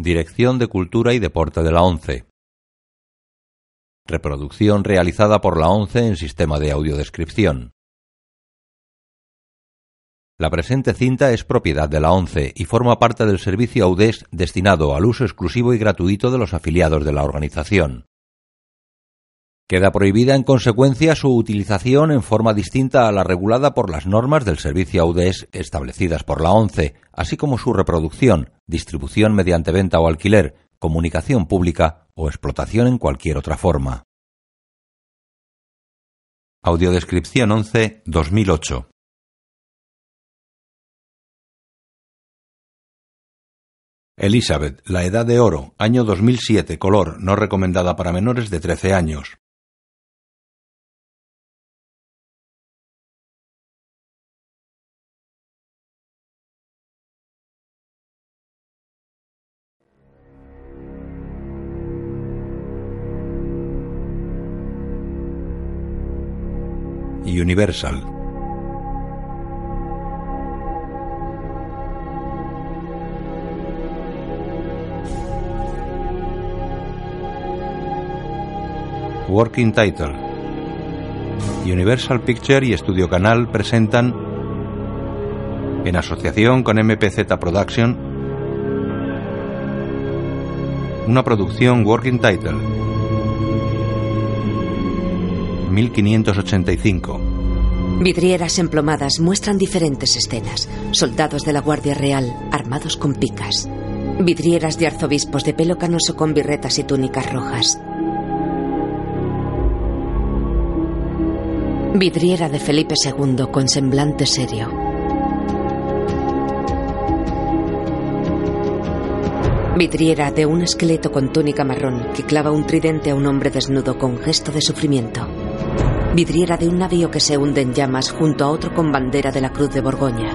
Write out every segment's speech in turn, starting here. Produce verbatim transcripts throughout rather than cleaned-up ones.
Dirección de Cultura y Deporte de la ONCE. Reproducción realizada por la ONCE en sistema de audiodescripción. La presente cinta es propiedad de la ONCE y forma parte del servicio AUDES destinado al uso exclusivo y gratuito de los afiliados de la organización. Queda prohibida en consecuencia su utilización en forma distinta a la regulada por las normas del servicio AUDES establecidas por la ONCE, así como su reproducción, distribución mediante venta o alquiler, comunicación pública o explotación en cualquier otra forma. Audiodescripción once dos mil ocho. Elizabeth, la edad de oro, año dos mil siete, color, no recomendada para menores de trece años. Universal. Working Title. Universal Picture y Studio Canal presentan, en asociación con M P Z Production, una producción Working Title mil quinientos ochenta y cinco. Vidrieras emplomadas muestran diferentes escenas. Soldados de la Guardia Real armados con picas. Vidrieras de arzobispos de pelo canoso con birretas y túnicas rojas. Vidriera de Felipe segundo con semblante serio. Vidriera de un esqueleto con túnica marrón que clava un tridente a un hombre desnudo con gesto de sufrimiento. Vidriera de un navío que se hunde en llamas junto a otro con bandera de la Cruz de Borgoña.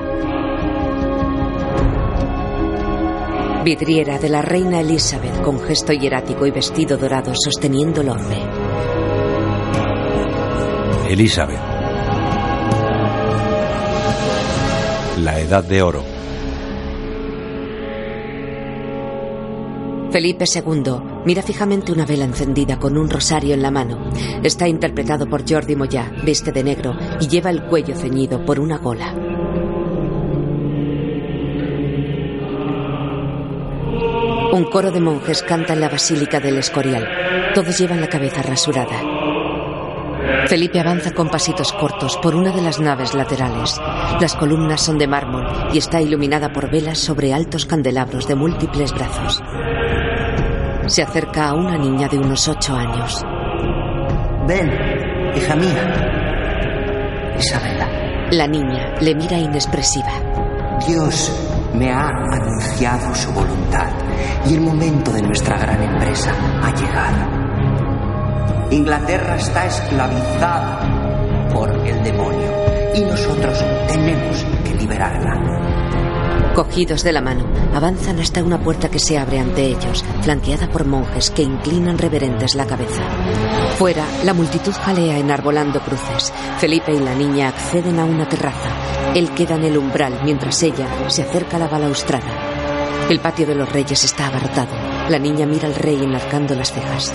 Vidriera de la reina Elizabeth con gesto hierático y vestido dorado sosteniendo el orbe. Elizabeth. La edad de oro. Felipe segundo mira fijamente una vela encendida con un rosario en la mano. Está interpretado por Jordi Moyà, viste de negro y lleva el cuello ceñido por una gola. Un coro de monjes canta en la Basílica del Escorial. Todos llevan la cabeza rasurada. Felipe avanza con pasitos cortos por una de las naves laterales. Las columnas son de mármol y está iluminada por velas sobre altos candelabros de múltiples brazos. Se acerca a una niña de unos ocho años. Ven, hija mía. Isabela. La niña le mira inexpresiva. Dios me ha anunciado su voluntad y el momento de nuestra gran empresa ha llegado. Inglaterra está esclavizada por el demonio y nosotros tenemos que liberarla. Cogidos de la mano, avanzan hasta una puerta que se abre ante ellos, flanqueada por monjes que inclinan reverentes la cabeza. Fuera, la multitud jalea enarbolando cruces. Felipe y la niña acceden a una terraza. Él queda en el umbral mientras ella se acerca a la balaustrada. El patio de los reyes está abarrotado. La niña mira al rey enarcando las cejas.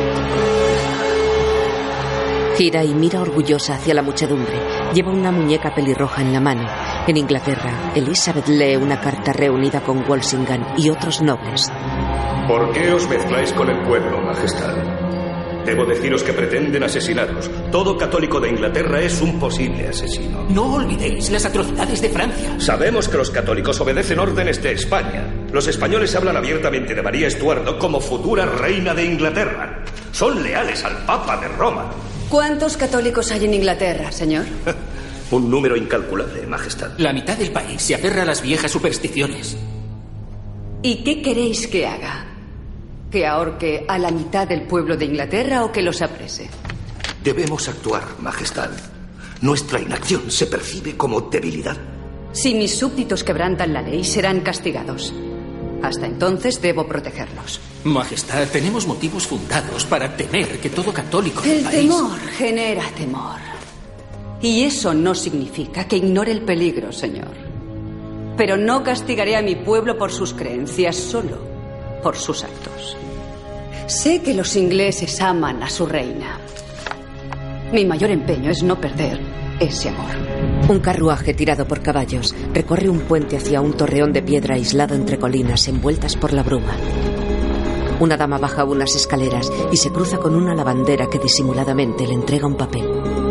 Gira y mira orgullosa hacia la muchedumbre. Lleva una muñeca pelirroja en la mano. En Inglaterra, Elizabeth lee una carta reunida con Walsingham y otros nobles. ¿Por qué os mezcláis con el pueblo, Majestad? Debo deciros que pretenden asesinaros. Todo católico de Inglaterra es un posible asesino. No olvidéis las atrocidades de Francia. Sabemos que los católicos obedecen órdenes de España. Los españoles hablan abiertamente de María Estuardo como futura reina de Inglaterra. Son leales al Papa de Roma. ¿Cuántos católicos hay en Inglaterra, señor? Un número incalculable, Majestad. La mitad del país se aferra a las viejas supersticiones. ¿Y qué queréis que haga? ¿Que ahorque a la mitad del pueblo de Inglaterra o que los aprese? Debemos actuar, Majestad. Nuestra inacción se percibe como debilidad. Si mis súbditos quebrantan la ley, serán castigados. Hasta entonces debo protegerlos. Majestad, tenemos motivos fundados para temer que todo católico del El país... temor genera temor. Y eso no significa que ignore el peligro, señor. Pero no castigaré a mi pueblo por sus creencias solo. por sus actos. Sé que los ingleses aman a su reina. Mi mayor empeño es no perder ese amor. Un carruaje tirado por caballos recorre un puente hacia un torreón de piedra aislado entre colinas envueltas por la bruma. Una dama baja unas escaleras y se cruza con una lavandera que disimuladamente le entrega un papel.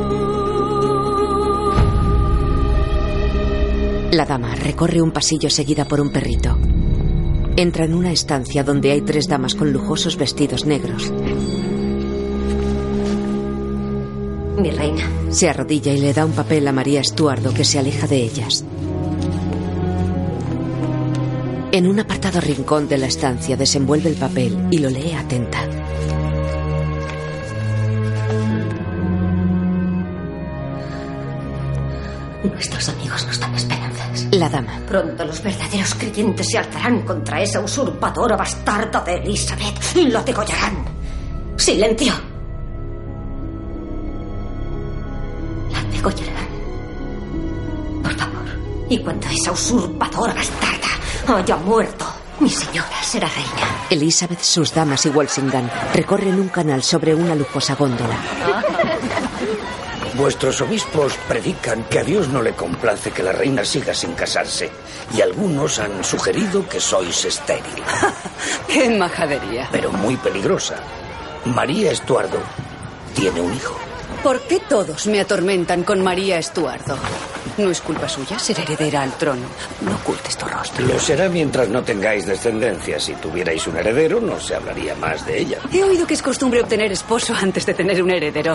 La dama recorre un pasillo seguida por un perrito. Entra en una estancia donde hay tres damas con lujosos vestidos negros. Mi reina. Se arrodilla y le da un papel a María Estuardo, que se aleja de ellas. En un apartado rincón de la estancia desenvuelve el papel y lo lee atenta. Nuestros amigos nos dan esperanzas. La dama. Pronto los verdaderos creyentes se alzarán contra esa usurpadora bastarda de Elizabeth y lo degollarán. ¡Silencio! La degollarán. Por favor. Y cuando esa usurpadora bastarda haya muerto, mi señora será reina. Elizabeth, sus damas y Walsingham recorren un canal sobre una lujosa góndola. Vuestros obispos predican que a Dios no le complace que la reina siga sin casarse. Y algunos han sugerido que sois estéril. ¡Qué majadería! Pero muy peligrosa. María Estuardo tiene un hijo. ¿Por qué todos me atormentan con María Estuardo? No es culpa suya ser heredera al trono. No ocultes tu rostro. Lo será mientras no tengáis descendencia. Si tuvierais un heredero, no se hablaría más de ella. He oído que es costumbre obtener esposo antes de tener un heredero.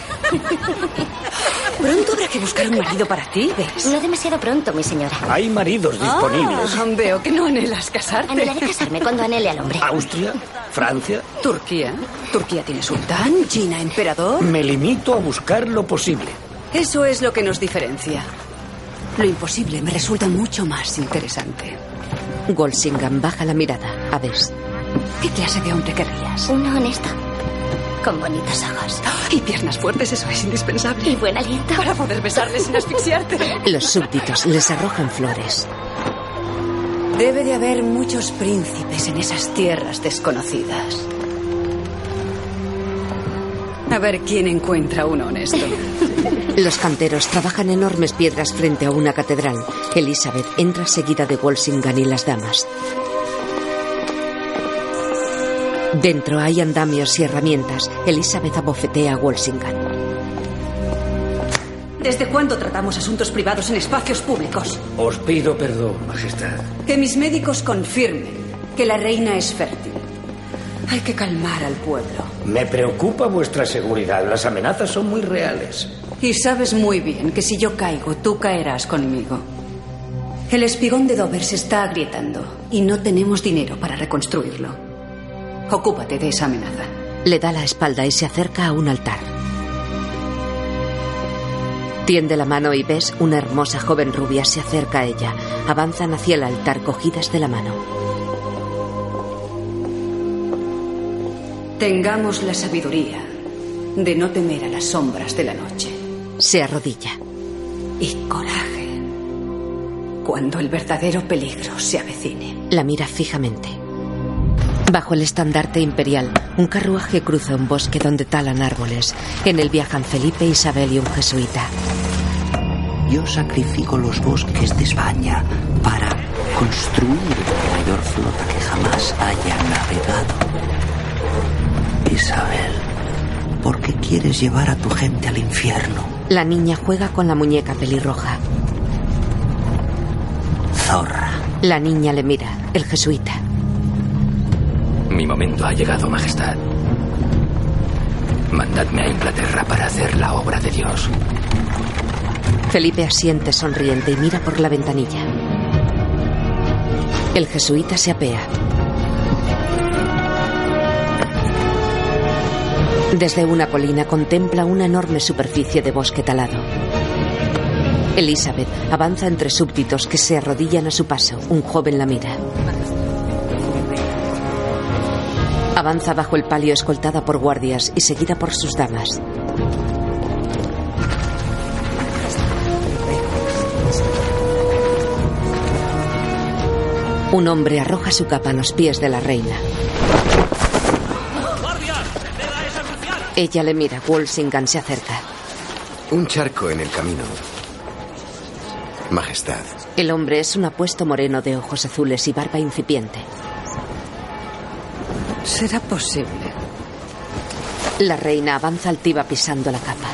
Pronto habrá que buscar un marido para ti, ¿ves? No demasiado pronto, mi señora. Hay maridos disponibles. Ah, veo que no anhelas casarte. Anhelaré casarme cuando anhele al hombre. Austria, Francia. Turquía. Turquía tiene sultán, China emperador. Me limito a buscar lo posible. Eso es lo que nos diferencia. Lo imposible me resulta mucho más interesante. Walsingham baja la mirada. A ver. ¿Qué clase de hombre querrías? Uno honesto. Con bonitos ojos. Y piernas fuertes, eso es indispensable. Y buen aliento. Para poder besarle sin asfixiarte. Los súbditos les arrojan flores. Debe de haber muchos príncipes en esas tierras desconocidas. A ver quién encuentra uno honesto. Los canteros trabajan enormes piedras frente a una catedral. Elizabeth entra seguida de Walsingham y las damas. Dentro hay andamios y herramientas. Elizabeth abofetea a Walsingham. ¿Desde cuándo tratamos asuntos privados en espacios públicos? Os pido perdón, Majestad. Que mis médicos confirmen que la reina es fértil. Hay que calmar al pueblo. Me preocupa vuestra seguridad. Las amenazas son muy reales. Y sabes muy bien que si yo caigo, tú caerás conmigo. El espigón de Dover se está agrietando y no tenemos dinero para reconstruirlo. Ocúpate de esa amenaza. Le da la espalda y se acerca a un altar. Tiende la mano y ves una hermosa joven rubia se acerca a ella. Avanzan hacia el altar cogidas de la mano. Tengamos la sabiduría de no temer a las sombras de la noche. Se arrodilla. Y coraje cuando el verdadero peligro se avecine. La mira fijamente. Bajo el estandarte imperial, un carruaje cruza un bosque donde talan árboles. En él viajan Felipe, Isabel y un jesuita. Yo sacrifico los bosques de España para construir la mayor flota que jamás haya navegado. Isabel, ¿por qué quieres llevar a tu gente al infierno? La niña juega con la muñeca pelirroja. Zorra. La niña le mira. El jesuita. Mi momento ha llegado, Majestad. Mandadme a Inglaterra para hacer la obra de Dios. Felipe asiente sonriente y mira por la ventanilla. El jesuita se apea. Desde una colina contempla una enorme superficie de bosque talado. Elizabeth avanza entre súbditos que se arrodillan a su paso. Un joven la mira. Avanza bajo el palio escoltada por guardias y seguida por sus damas. Un hombre arroja su capa a los pies de la reina. Ella le mira. Walsingham se acerca. Un charco en el camino. Majestad. El hombre es un apuesto moreno de ojos azules y barba incipiente. ¿Será posible? La reina avanza altiva pisando la capa.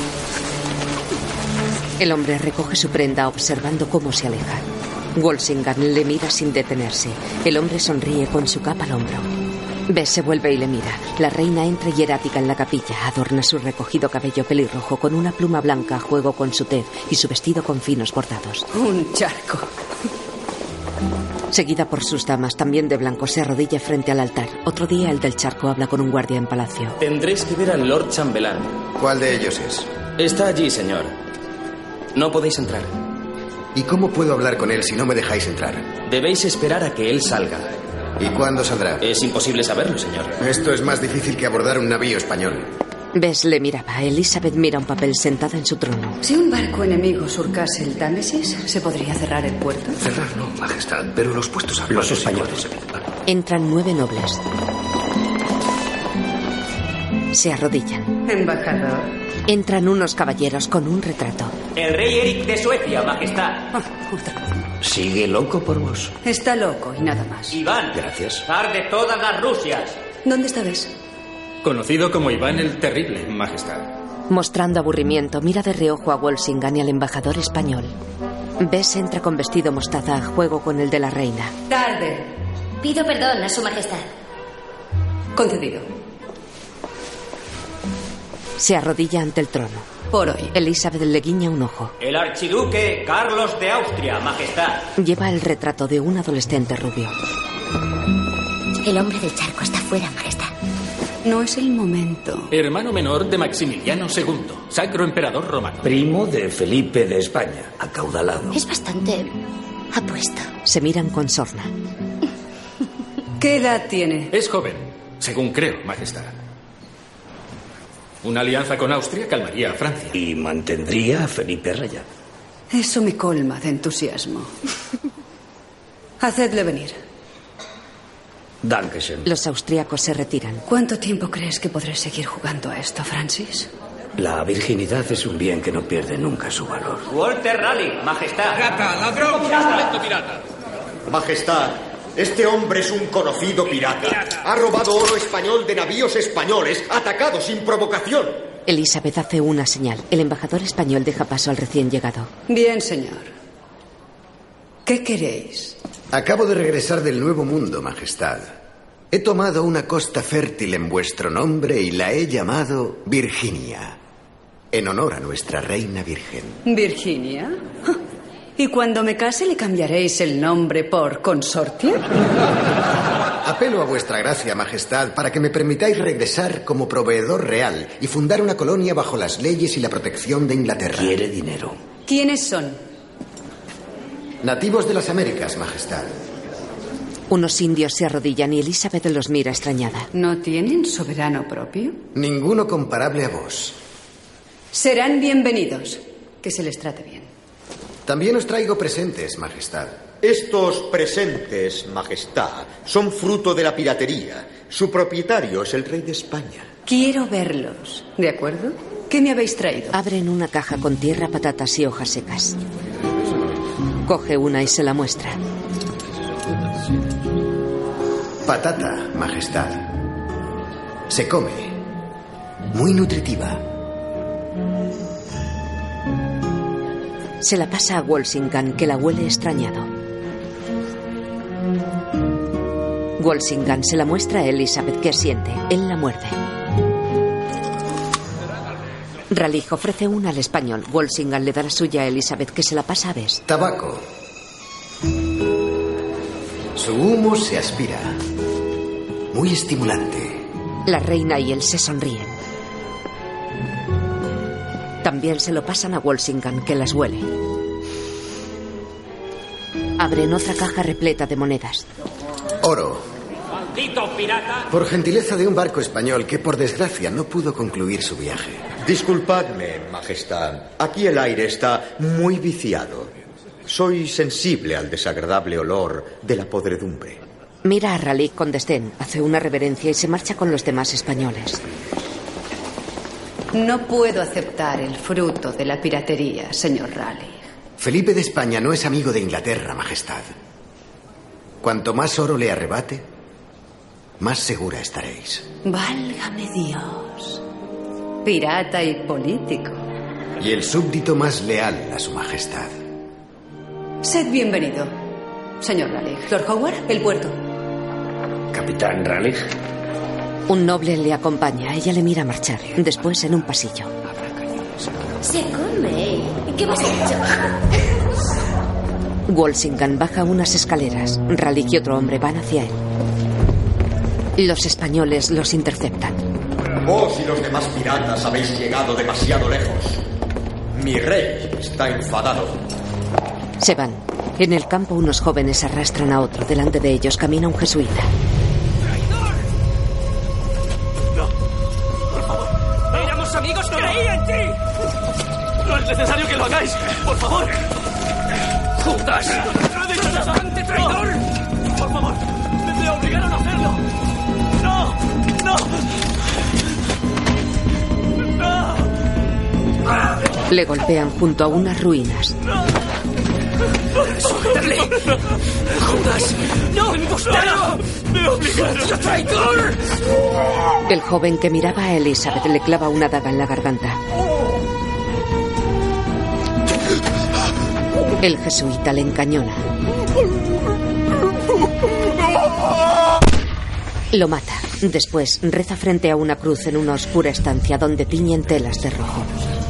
El hombre recoge su prenda observando cómo se aleja. Walsingham le mira sin detenerse. El hombre sonríe con su capa al hombro. Bess se vuelve y le mira. La reina entra hierática en la capilla. Adorna su recogido cabello pelirrojo con una pluma blanca a juego con su tez y su vestido con finos bordados. Un charco. Seguida por sus damas, también de blanco, se arrodilla frente al altar. Otro día el del charco habla con un guardia en palacio. Tendréis que ver al Lord Chambelán. ¿Cuál de ellos es? Está allí, señor. No podéis entrar. ¿Y cómo puedo hablar con él si no me dejáis entrar? Debéis esperar a que él salga. ¿Y cuándo saldrá? Es imposible saberlo, señor. Esto es más difícil que abordar un navío español. Bess le miraba. Elizabeth mira un papel sentada en su trono. Si un barco enemigo surcase el Támesis, ¿se podría cerrar el puerto? Cerrar no, majestad, pero los puestos a los españoles. Entran nueve nobles. Se arrodillan. Embajador. Entran unos caballeros con un retrato. El rey Eric de Suecia, majestad. Oh, otra vez. ¿Sigue loco por vos? Está loco y nada más. Iván. Gracias. Zar de todas las Rusias. ¿Dónde está Bess? Conocido como Iván el Terrible, majestad. Mostrando aburrimiento, mira de reojo a Walsingham y al embajador español. Bess entra con vestido mostaza a juego con el de la reina. Tarde. Pido perdón a su majestad. Concedido. Se arrodilla ante el trono. Por hoy. Elizabeth le guiña un ojo. El archiduque Carlos de Austria, majestad. Lleva el retrato de un adolescente rubio. El hombre del charco está fuera, majestad. No es el momento. Hermano menor de Maximiliano segundo, sacro emperador romano. Primo de Felipe de España, acaudalado. Es bastante apuesto. Se miran con sorna. ¿Qué edad tiene? Es joven, según creo, majestad. Una alianza con Austria calmaría a Francia. Y mantendría a Felipe a raya. Eso me colma de entusiasmo. Hacedle venir. Dankeschön. Los austríacos se retiran. ¿Cuánto tiempo crees que podré seguir jugando a esto, Francis? La virginidad es un bien que no pierde nunca su valor. Walter Raleigh, majestad. ¡Pirata, ladrón! ¡Pirata! pirata! Majestad, este hombre es un conocido pirata. Ha robado oro español de navíos españoles, atacado sin provocación. Elizabeth hace una señal. El embajador español deja paso al recién llegado. Bien, señor. ¿Qué queréis? Acabo de regresar del Nuevo Mundo, majestad. He tomado una costa fértil en vuestro nombre y la he llamado Virginia, en honor a nuestra reina virgen. ¿Virginia? ¿Y cuando me case le cambiaréis el nombre por consorte? Apelo a vuestra gracia, majestad, para que me permitáis regresar como proveedor real y fundar una colonia bajo las leyes y la protección de Inglaterra. Quiere dinero. ¿Quiénes son? Nativos de las Américas, majestad. Unos indios se arrodillan y Elizabeth los mira extrañada. ¿No tienen soberano propio? Ninguno comparable a vos. Serán bienvenidos. Que se les trate bien. También os traigo presentes, majestad. Estos presentes, majestad, son fruto de la piratería. Su propietario es el rey de España. Quiero verlos, ¿de acuerdo? ¿Qué me habéis traído? Abren una caja con tierra, patatas y hojas secas. Coge una y se la muestra. Patata, majestad. Se come. Muy nutritiva. Se la pasa a Walsingham, que la huele extrañado. Walsingham se la muestra a Elizabeth, que asiente. Él la muerde. Raleigh ofrece una al español. Walsingham le da la suya a Elizabeth, que se la pasa a Bess. Tabaco. Su humo se aspira. Muy estimulante. La reina y él se sonríen. También se lo pasan a Walsingham, que las huele. Abren otra caja repleta de monedas. Oro. ¡Maldito pirata! Por gentileza de un barco español que, por desgracia, no pudo concluir su viaje. Disculpadme, majestad. Aquí el aire está muy viciado. Soy sensible al desagradable olor de la podredumbre. Mira a Raleigh con desdén, hace una reverencia y se marcha con los demás españoles. No puedo aceptar el fruto de la piratería, señor Raleigh. Felipe de España no es amigo de Inglaterra, Majestad. Cuanto más oro le arrebate, más segura estaréis. Válgame Dios. Pirata y político. Y el súbdito más leal a su Majestad. Sed bienvenido, señor Raleigh. Lord Howard, el puerto. Capitán Raleigh. Un noble le acompaña. Ella le mira marchar. Después, en un pasillo. Se come. ¿Qué vas a hecho? Walsingham baja unas escaleras. Raleigh y otro hombre van hacia él. Los españoles los interceptan. Vos y los demás piratas habéis llegado demasiado lejos. Mi rey está enfadado. Se van. En el campo unos jóvenes arrastran a otro. Delante de ellos camina un jesuita. ¡Traidor! No, por favor. Éramos amigos, creía en ti. No es necesario que lo hagáis, por favor. ¡Judas! ¡No he dicho bastante, traidor! No. Por favor, me, me obligaron a hacerlo. ¡No! ¡No! ¡No! Le golpean junto a unas ruinas. ¡No! ¡Suéltale! ¡Judas! ¡No, embustero! ¡Me obligaron! ¡Traidor! El joven que miraba a Elizabeth le clava una daga en la garganta. El jesuita le encañona. Lo mata. Después reza frente a una cruz en una oscura estancia donde tiñen telas de rojo.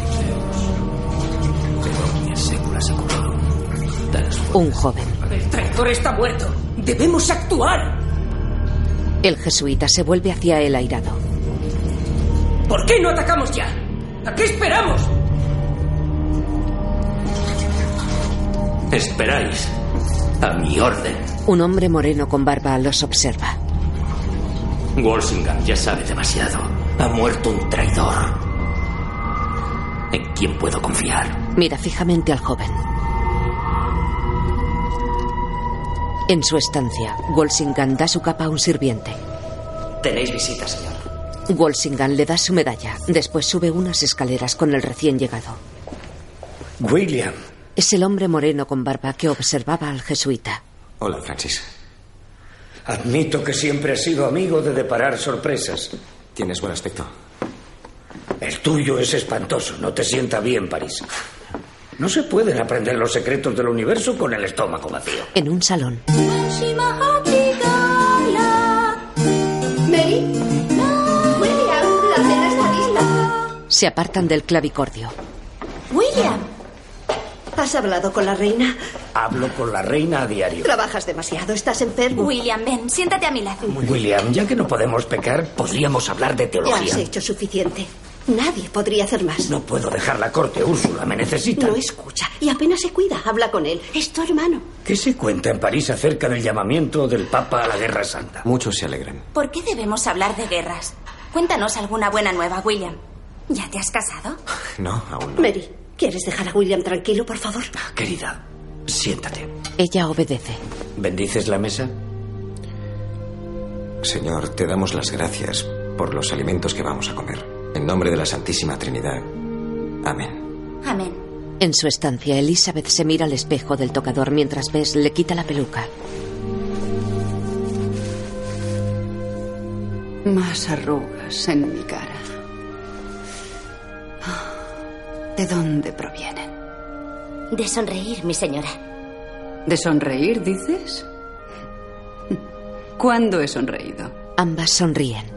Un joven. El traidor está muerto. Debemos actuar. El jesuita se vuelve hacia él airado. ¿Por qué no atacamos ya? ¿A qué esperamos? Esperáis a mi orden. Un hombre moreno con barba los observa. Walsingham ya sabe demasiado. Ha muerto un traidor. ¿En quién puedo confiar? Mira fijamente al joven. En su estancia, Walsingham da su capa a un sirviente. Tenéis visita, señor. Walsingham le da su medalla. Después sube unas escaleras con el recién llegado. William. Es el hombre moreno con barba que observaba al jesuita. Hola, Francis. Admito que siempre has sido amigo de deparar sorpresas. Tienes buen aspecto. El tuyo es espantoso. No te sienta bien, París. No se pueden aprender los secretos del universo con el estómago vacío. En un salón. Mary. No. William, la cena está lista. Se apartan del clavicordio. William. ¿Has hablado con la reina? Hablo con la reina a diario. Trabajas demasiado, estás enfermo. William, ven, siéntate a mi lado. William, ya que no podemos pecar, podríamos hablar de Ya teología. has hecho suficiente. Nadie podría hacer más. No puedo dejar la corte, Úrsula, me necesita. No escucha y apenas se cuida. Habla con él. Es tu hermano. ¿Qué se cuenta en París acerca del llamamiento del Papa a la Guerra Santa? Muchos se alegran. ¿Por qué debemos hablar de guerras? Cuéntanos alguna buena nueva, William. ¿Ya te has casado? No, aún no. Mary, ¿quieres dejar a William tranquilo, por favor? Querida, siéntate. Ella obedece. ¿Bendices la mesa? Señor, te damos las gracias por los alimentos que vamos a comer. En nombre de la Santísima Trinidad. Amén. Amén. En su estancia, Elizabeth se mira al espejo del tocador mientras Bess le quita la peluca. Más arrugas en mi cara. ¿De dónde provienen? De sonreír, mi señora. ¿De sonreír, dices? ¿Cuándo he sonreído? Ambas sonríen.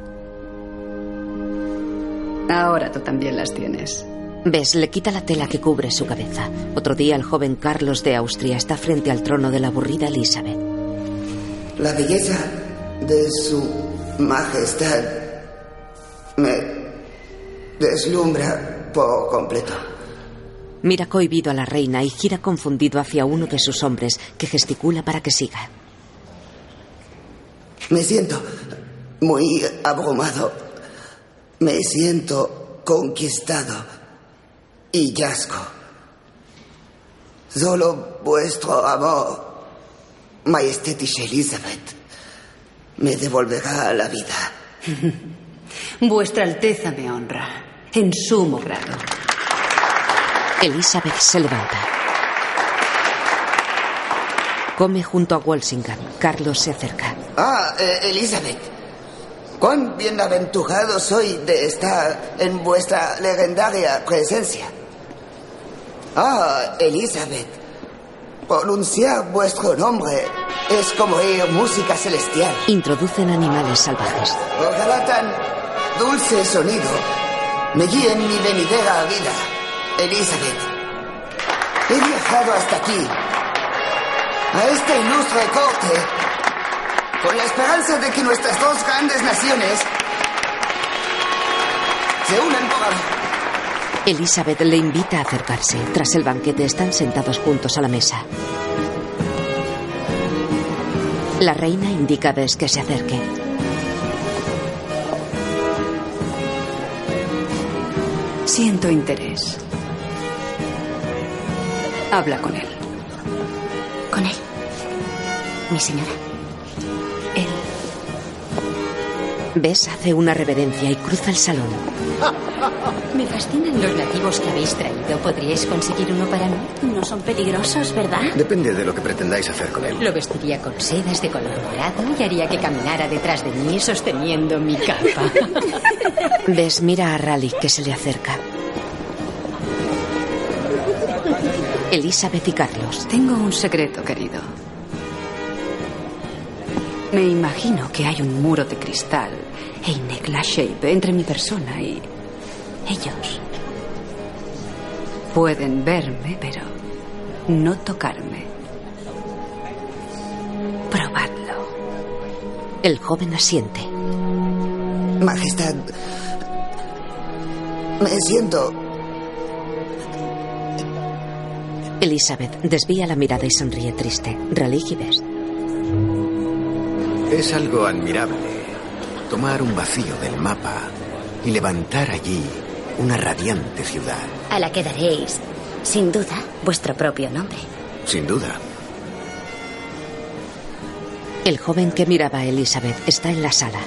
Ahora tú también las tienes. Bess le quita la tela que cubre su cabeza. Otro día el joven Carlos de Austria está frente al trono de la aburrida Elizabeth. La belleza de su majestad me deslumbra por completo. Mira cohibido a la reina y gira confundido hacia uno de sus hombres que gesticula para que siga. Me siento muy abrumado. Me siento conquistado y yazgo. Solo vuestro amor, majestética Elizabeth, me devolverá a la vida. Vuestra Alteza me honra, en sumo grado. Elizabeth se levanta. Come junto a Walsingham. Carlos se acerca. Ah, eh, Elizabeth. Cuán bienaventurado soy de estar en vuestra legendaria presencia. Ah, Elizabeth. Pronunciar vuestro nombre es como oír música celestial. Introducen animales salvajes. Ojalá tan dulce sonido me guíe en mi venidera vida, Elizabeth. He viajado hasta aquí, a esta ilustre corte, con la esperanza de que nuestras dos grandes naciones se unan por amor. Elizabeth le invita a acercarse. Tras el banquete están sentados juntos a la mesa. La reina indica a Bess que se acerque. Siento interés. Habla con él. ¿Con él? Mi señora. Él. Bess hace una reverencia y cruza el salón. Me fascinan los nativos que habéis traído. ¿Podríais conseguir uno para mí? No son peligrosos, ¿verdad? Depende de lo que pretendáis hacer con él. Lo vestiría con sedas de color morado y haría que caminara detrás de mí sosteniendo mi capa. Bess mira a Raleigh, que se le acerca. Elizabeth y Carlos. Tengo un secreto, querido. Me imagino que hay un muro de cristal e Inegla Shape entre mi persona y ellos. Pueden verme, pero no tocarme. Probadlo. El joven asiente. Majestad, me siento... Elizabeth desvía la mirada y sonríe triste. Raleigh y Bess. Es algo admirable tomar un vacío del mapa y levantar allí una radiante ciudad. A la que daréis, sin duda, vuestro propio nombre. Sin duda. El joven que miraba a Elizabeth está en la sala.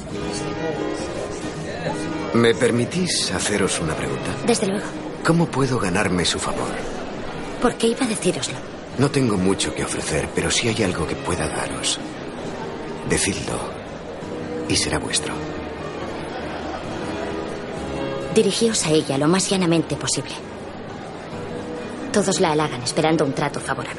¿Me permitís haceros una pregunta? Desde luego. ¿Cómo puedo ganarme su favor? ¿Por qué iba a decíroslo? No tengo mucho que ofrecer, pero si hay algo que pueda daros, decidlo y será vuestro. Dirigíos a ella lo más llanamente posible. Todos la halagan esperando un trato favorable.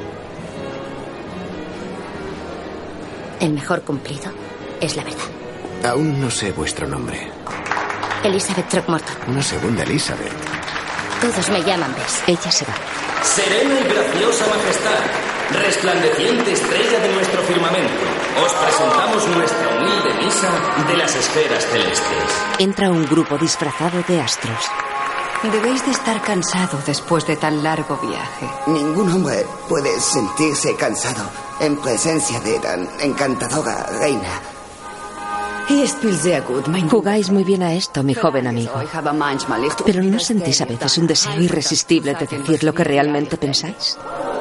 El mejor cumplido es la verdad. Aún no sé vuestro nombre. Elizabeth Throckmorton. Una segunda Elizabeth. Todos me llaman Bess. Ella se va. Serena y graciosa majestad, resplandeciente estrella de nuestro firmamento, os presentamos nuestra humilde misa de las esferas celestes. Entra un grupo disfrazado de astros. Debéis de estar cansado después de tan largo viaje. Ningún hombre puede sentirse cansado en presencia de tan encantadora reina. Jugáis muy bien a esto, mi joven amigo. Pero ¿no sentís a veces un deseo irresistible de decir lo que realmente pensáis?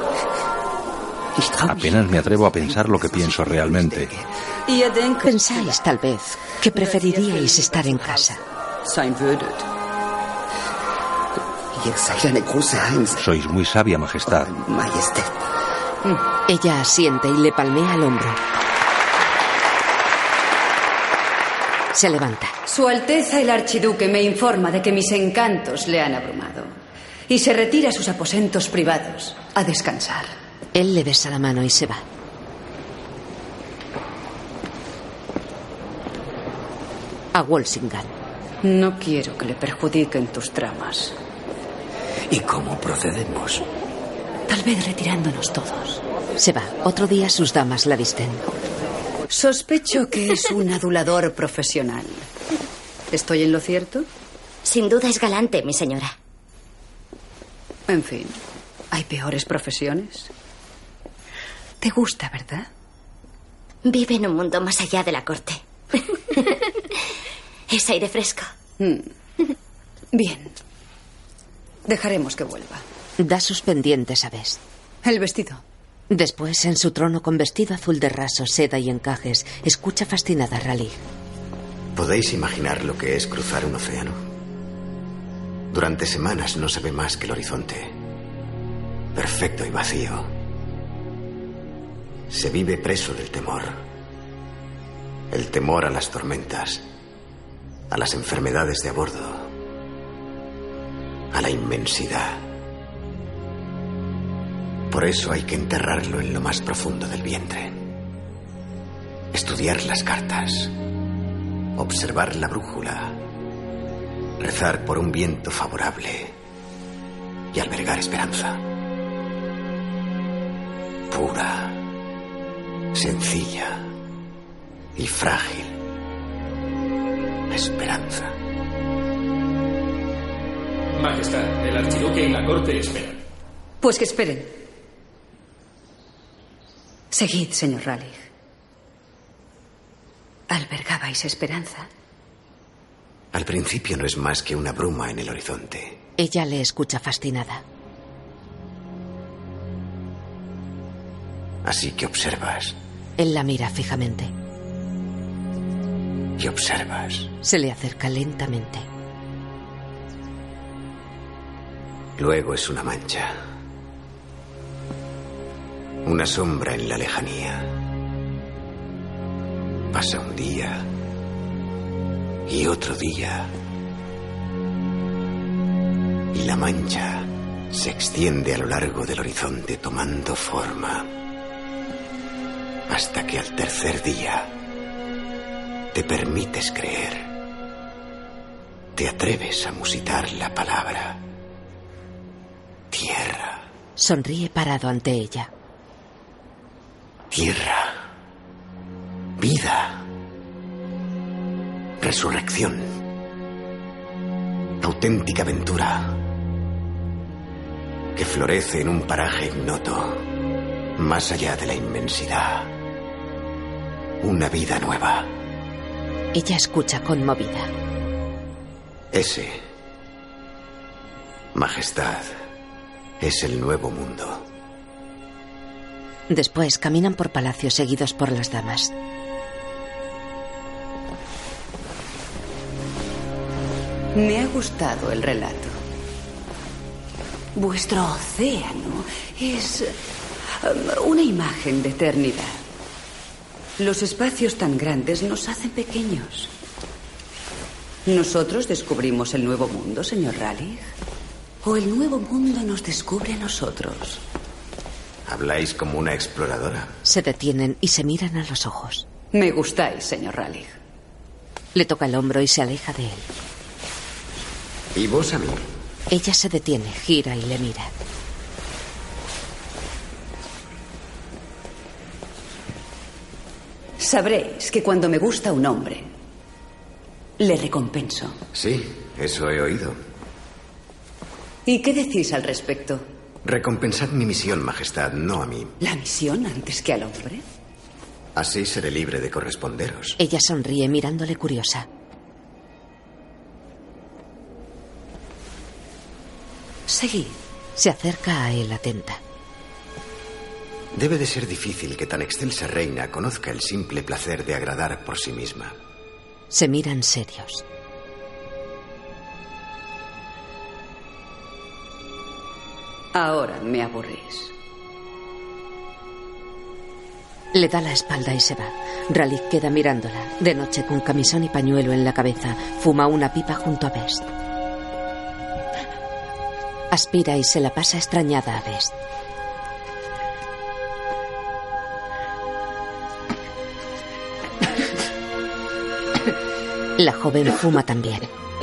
Apenas me atrevo a pensar lo que pienso realmente. Pensáis, tal vez, que preferiríais estar en casa. Sois muy sabia, majestad. Ella asiente y le palmea el hombro. Se levanta. Su Alteza el Archiduque me informa de que mis encantos le han abrumado y se retira a sus aposentos privados a descansar. Él le besa la mano y se va. A Walsingham. No quiero que le perjudiquen tus tramas. ¿Y cómo procedemos? Tal vez retirándonos todos. Se va. Otro día sus damas la visten. Sospecho que es un adulador profesional. ¿Estoy en lo cierto? Sin duda es galante, mi señora. En fin, ¿hay peores profesiones? ¿Te gusta, verdad? Vive en un mundo más allá de la corte. Es aire fresco. Mm. Bien. Dejaremos que vuelva. Da sus pendientes a Best. El vestido. Después, en su trono con vestido azul de raso, seda y encajes, escucha fascinada a Raleigh. ¿Podéis imaginar lo que es cruzar un océano? Durante semanas no se ve más que el horizonte. Perfecto y vacío. Se vive preso del temor. El temor a las tormentas, a las enfermedades de a bordo, a la inmensidad. Por eso hay que enterrarlo en lo más profundo del vientre. Estudiar las cartas, observar la brújula, rezar por un viento favorable y albergar esperanza. Pura, sencilla y frágil. Esperanza. Majestad, el archiduque y la corte esperan. Pues que esperen. Seguid, señor Raleigh. ¿Albergabais esperanza? Al principio no es más que una bruma en el horizonte. Ella le escucha fascinada. Así que observas. Él la mira fijamente. Y observas. Se le acerca lentamente. Luego es una mancha. Una sombra en la lejanía. Pasa un día y otro día. Y la mancha se extiende a lo largo del horizonte tomando forma. Hasta que al tercer día te permites creer. Te atreves a musitar la palabra. Tierra. Sonríe parado ante ella. Tierra. Vida. Resurrección. Auténtica aventura. Que florece en un paraje ignoto. Más allá de la inmensidad. Una vida nueva. Ella escucha conmovida. Ese, Majestad, es el nuevo mundo. Después caminan por palacio seguidos por las damas. Me ha gustado el relato. Vuestro océano es um, una imagen de eternidad. Los espacios tan grandes nos hacen pequeños. ¿Nosotros descubrimos el nuevo mundo, señor Raleigh? ¿O el nuevo mundo nos descubre a nosotros? Habláis como una exploradora. Se detienen y se miran a los ojos. Me gustáis, señor Raleigh. Le toca el hombro y se aleja de él. ¿Y vos a mí? Ella se detiene, gira y le mira. Sabréis que cuando me gusta un hombre, le recompenso. Sí, eso he oído. ¿Y qué decís al respecto? Recompensad mi misión, Majestad, no a mí. ¿La misión antes que al hombre? Así seré libre de corresponderos. Ella sonríe mirándole curiosa. Seguid. Se acerca a él atenta. Debe de ser difícil que tan excelsa reina conozca el simple placer de agradar por sí misma. Se miran serios. Ahora me aburrís. Le da la espalda y se va. Raleigh queda mirándola. De noche, con camisón y pañuelo en la cabeza, fuma una pipa junto a Best. Aspira y se la pasa extrañada a Best. La joven fuma también.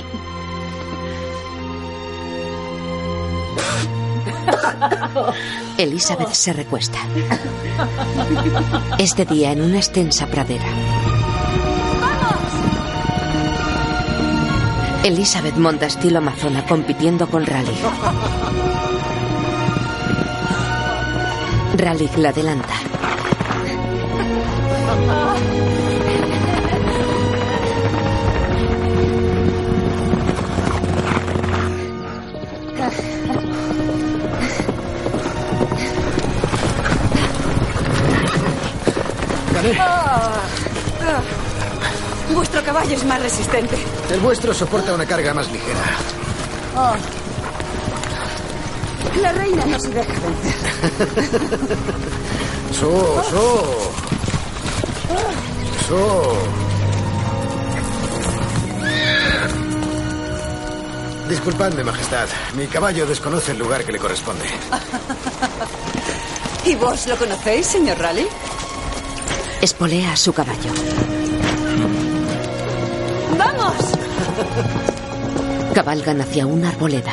Elizabeth se recuesta. Es de día en una extensa pradera. Elizabeth monta estilo amazona compitiendo con Raleigh. Raleigh la adelanta. gané. Ah, ah. Vuestro caballo es más resistente. El vuestro soporta una carga más ligera. Oh. La reina no se deja vencer. So, so. So. Disculpadme, Majestad. Mi caballo desconoce el lugar que le corresponde. ¿Y vos lo conocéis, señor Raleigh? Espolea a su caballo. ¡Vamos! Cabalgan hacia una arboleda.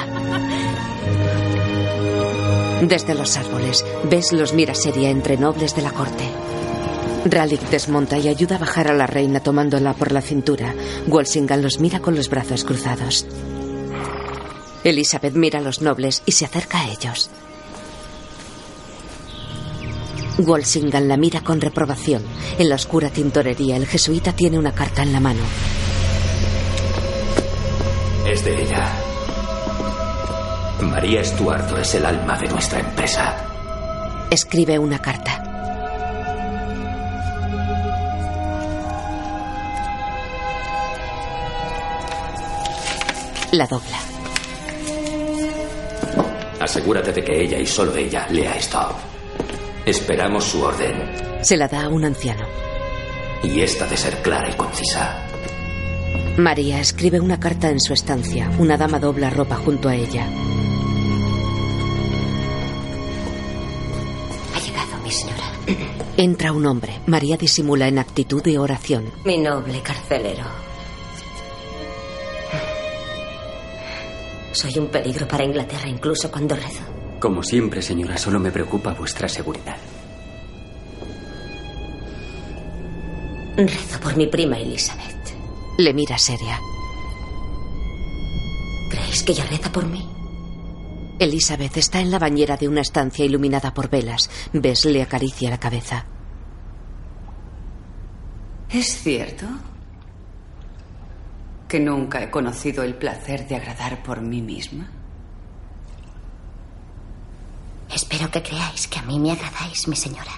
Desde los árboles, ves los mira seria entre nobles de la corte. Raleigh desmonta y ayuda a bajar a la reina tomándola por la cintura. Walsingham los mira con los brazos cruzados. Elizabeth mira a los nobles y se acerca a ellos. Walsingham la mira con reprobación. En la oscura tintorería, el jesuita tiene una carta en la mano. Es de ella. María Estuardo es el alma de nuestra empresa. Escribe una carta. La dobla. Asegúrate de que ella y solo ella lea esto. Esperamos su orden. Se la da a un anciano. Y esta de ser clara y concisa. María escribe una carta en su estancia. Una dama dobla ropa junto a ella. Ha llegado, mi señora. Entra un hombre. María disimula en actitud de oración. Mi noble carcelero. Soy un peligro para Inglaterra incluso cuando rezo. Como siempre, señora, solo me preocupa vuestra seguridad. Rezo por mi prima Elizabeth. Le mira seria. ¿Creéis que ella reza por mí? Elizabeth está en la bañera de una estancia iluminada por velas. Bess le acaricia la cabeza. ¿Es cierto que nunca he conocido el placer de agradar por mí misma? Espero que creáis que a mí me agradáis, mi señora.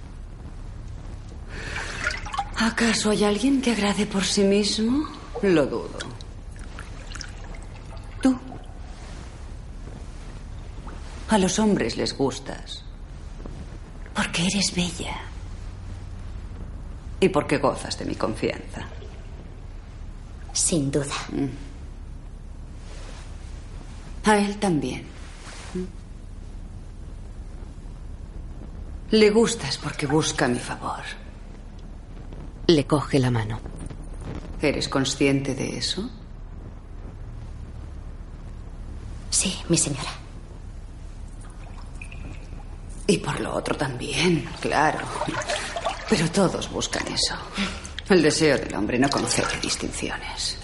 ¿Acaso hay alguien que agrade por sí mismo? Lo dudo. Tú. A los hombres les gustas porque eres bella y porque gozas de mi confianza. Sin duda. A él también. Le gustas porque busca mi favor. Le coge la mano. ¿Eres consciente de eso? Sí, mi señora. Y por lo otro también, claro. Pero todos buscan eso. El deseo del hombre no concede distinciones.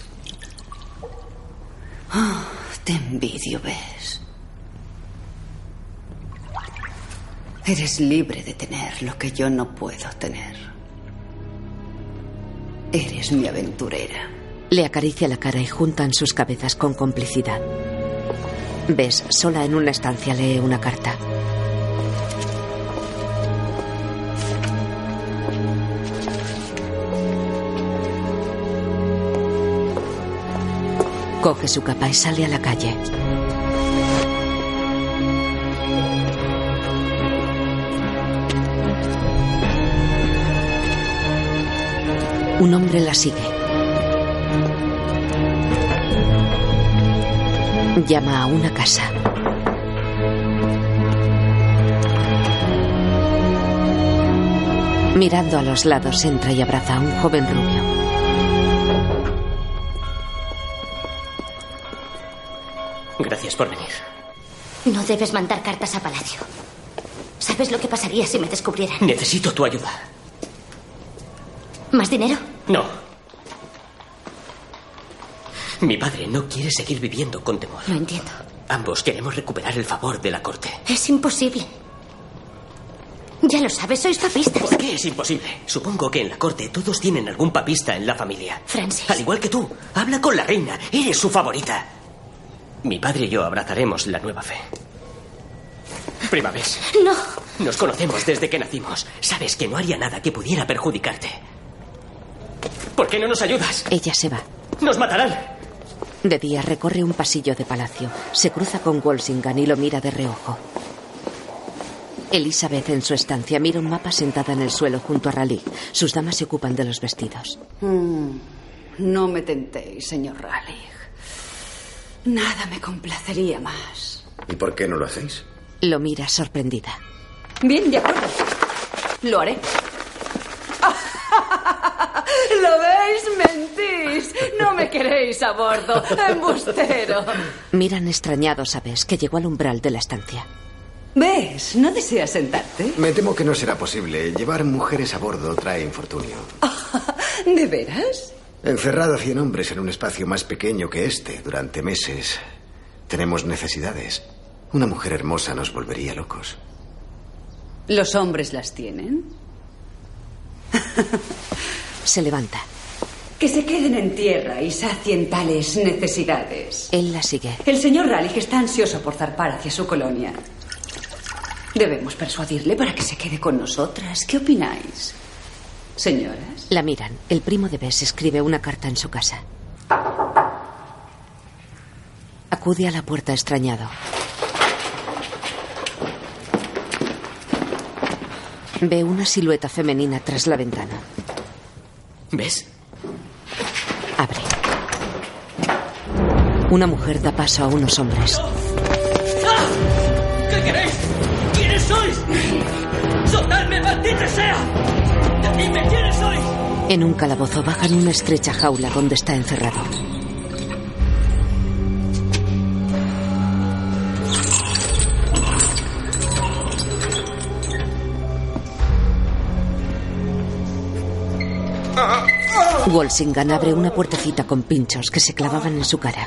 Oh, te envidio, ¿ves? Eres libre de tener lo que yo no puedo tener. Eres mi aventurera. Le acaricia la cara y juntan sus cabezas con complicidad. Bess, sola en una estancia, lee una carta. Coge su capa y sale a la calle. Un hombre la sigue. Llama a una casa. Mirando a los lados, entra y abraza a un joven rubio. Gracias por venir. No debes mandar cartas a Palacio. ¿Sabes lo que pasaría si me descubrieran? Necesito tu ayuda. ¿Más dinero? No. Mi padre no quiere seguir viviendo con temor. Lo entiendo. Ambos queremos recuperar el favor de la corte. Es imposible. Ya lo sabes, sois papistas. ¿Por qué es imposible? Supongo que en la corte todos tienen algún papista en la familia. Francis. Al igual que tú. Habla con la reina. Eres su favorita. Mi padre y yo abrazaremos la nueva fe. Prima Bess. No. Nos conocemos desde que nacimos. Sabes que no haría nada que pudiera perjudicarte. ¿Por qué no nos ayudas? Ella se va. ¡Nos matarán! De día recorre un pasillo de palacio. Se cruza con Walsingham y lo mira de reojo. Elizabeth, en su estancia, mira un mapa sentada en el suelo junto a Ralig. Sus damas se ocupan de los vestidos. Mm, no me tentéis, señor Ralig. Nada me complacería más. ¿Y por qué no lo hacéis? Lo mira sorprendida. Bien, de acuerdo. Lo haré. ¿Lo veis? Mentís. No me queréis a bordo. Embustero. Miran extrañados a Bess, que llegó al umbral de la estancia. ¿Ves? ¿No deseas sentarte? Me temo que no será posible. Llevar mujeres a bordo trae infortunio. ¿De veras? Encerrado a cien hombres en un espacio más pequeño que este durante meses. Tenemos necesidades. Una mujer hermosa nos volvería locos. ¿Los hombres las tienen? Se levanta. Que se queden en tierra y sacien tales necesidades. Él la sigue. El señor Ralig está ansioso por zarpar hacia su colonia. Debemos persuadirle para que se quede con nosotras. ¿Qué opináis, señoras? La miran. El primo de Bess escribe una carta en su casa. Acude a la puerta extrañado. Ve una silueta femenina tras la ventana. ¿Ves? Abre. Una mujer da paso a unos hombres. ¡Ah! ¿Qué queréis? ¿Quiénes sois? ¡Soltadme, maldita sea! ¡Decidme quiénes sois! En un calabozo bajan una estrecha jaula donde está encerrado. Walsingham abre una puertecita con pinchos que se clavaban en su cara.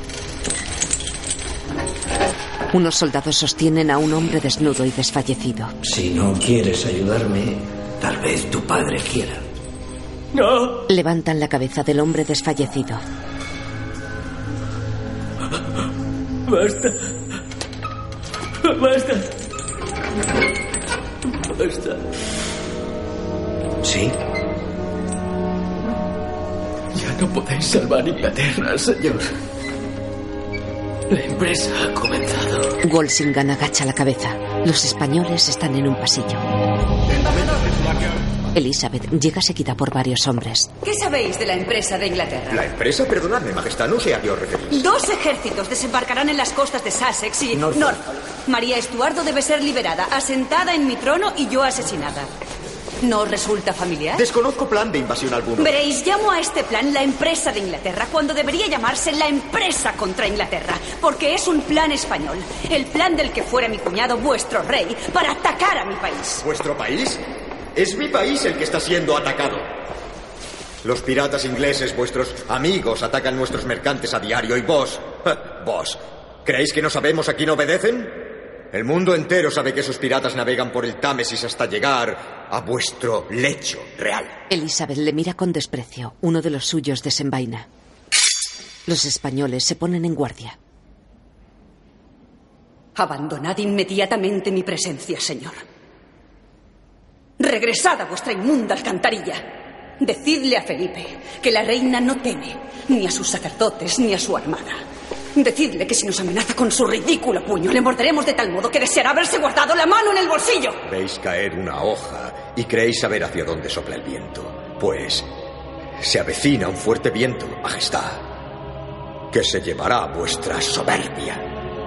Unos soldados sostienen a un hombre desnudo y desfallecido. Si no quieres ayudarme, tal vez tu padre quiera. ¡No! Levantan la cabeza del hombre desfallecido. ¡Basta! ¡Basta! ¡Basta! ¿Sí? Ya no podéis salvar Inglaterra, señor. La empresa ha comenzado. Walsingham agacha la cabeza. Los españoles están en un pasillo. Elizabeth llega seguida por varios hombres. ¿Qué sabéis de la empresa de Inglaterra? ¿La empresa? Perdonadme, majestad, no sé a qué os referís. Dos ejércitos desembarcarán en las costas de Sussex y Norfolk. Norfolk. María Estuardo debe ser liberada, asentada en mi trono y yo asesinada. ¿No os resulta familiar? Desconozco plan de invasión alguno. Veréis, llamo a este plan la empresa de Inglaterra cuando debería llamarse la empresa contra Inglaterra, porque es un plan español, el plan del que fuera mi cuñado, vuestro rey, para atacar a mi país. ¿Vuestro país? Es mi país el que está siendo atacado. Los piratas ingleses, vuestros amigos, atacan nuestros mercantes a diario y vos, vos, ¿creéis que no sabemos a quién obedecen? El mundo entero sabe que esos piratas navegan por el Támesis hasta llegar a vuestro lecho real. Elizabeth le mira con desprecio. Uno de los suyos desenvaina. Los españoles se ponen en guardia. Abandonad inmediatamente mi presencia, señor. Regresad a vuestra inmunda alcantarilla. Decidle a Felipe que la reina no teme ni a sus sacerdotes ni a su armada. Decidle que si nos amenaza con su ridículo puño, le morderemos de tal modo que deseará haberse guardado la mano en el bolsillo. Veis caer una hoja y creéis saber hacia dónde sopla el viento. Pues se avecina un fuerte viento, majestad, que se llevará vuestra soberbia.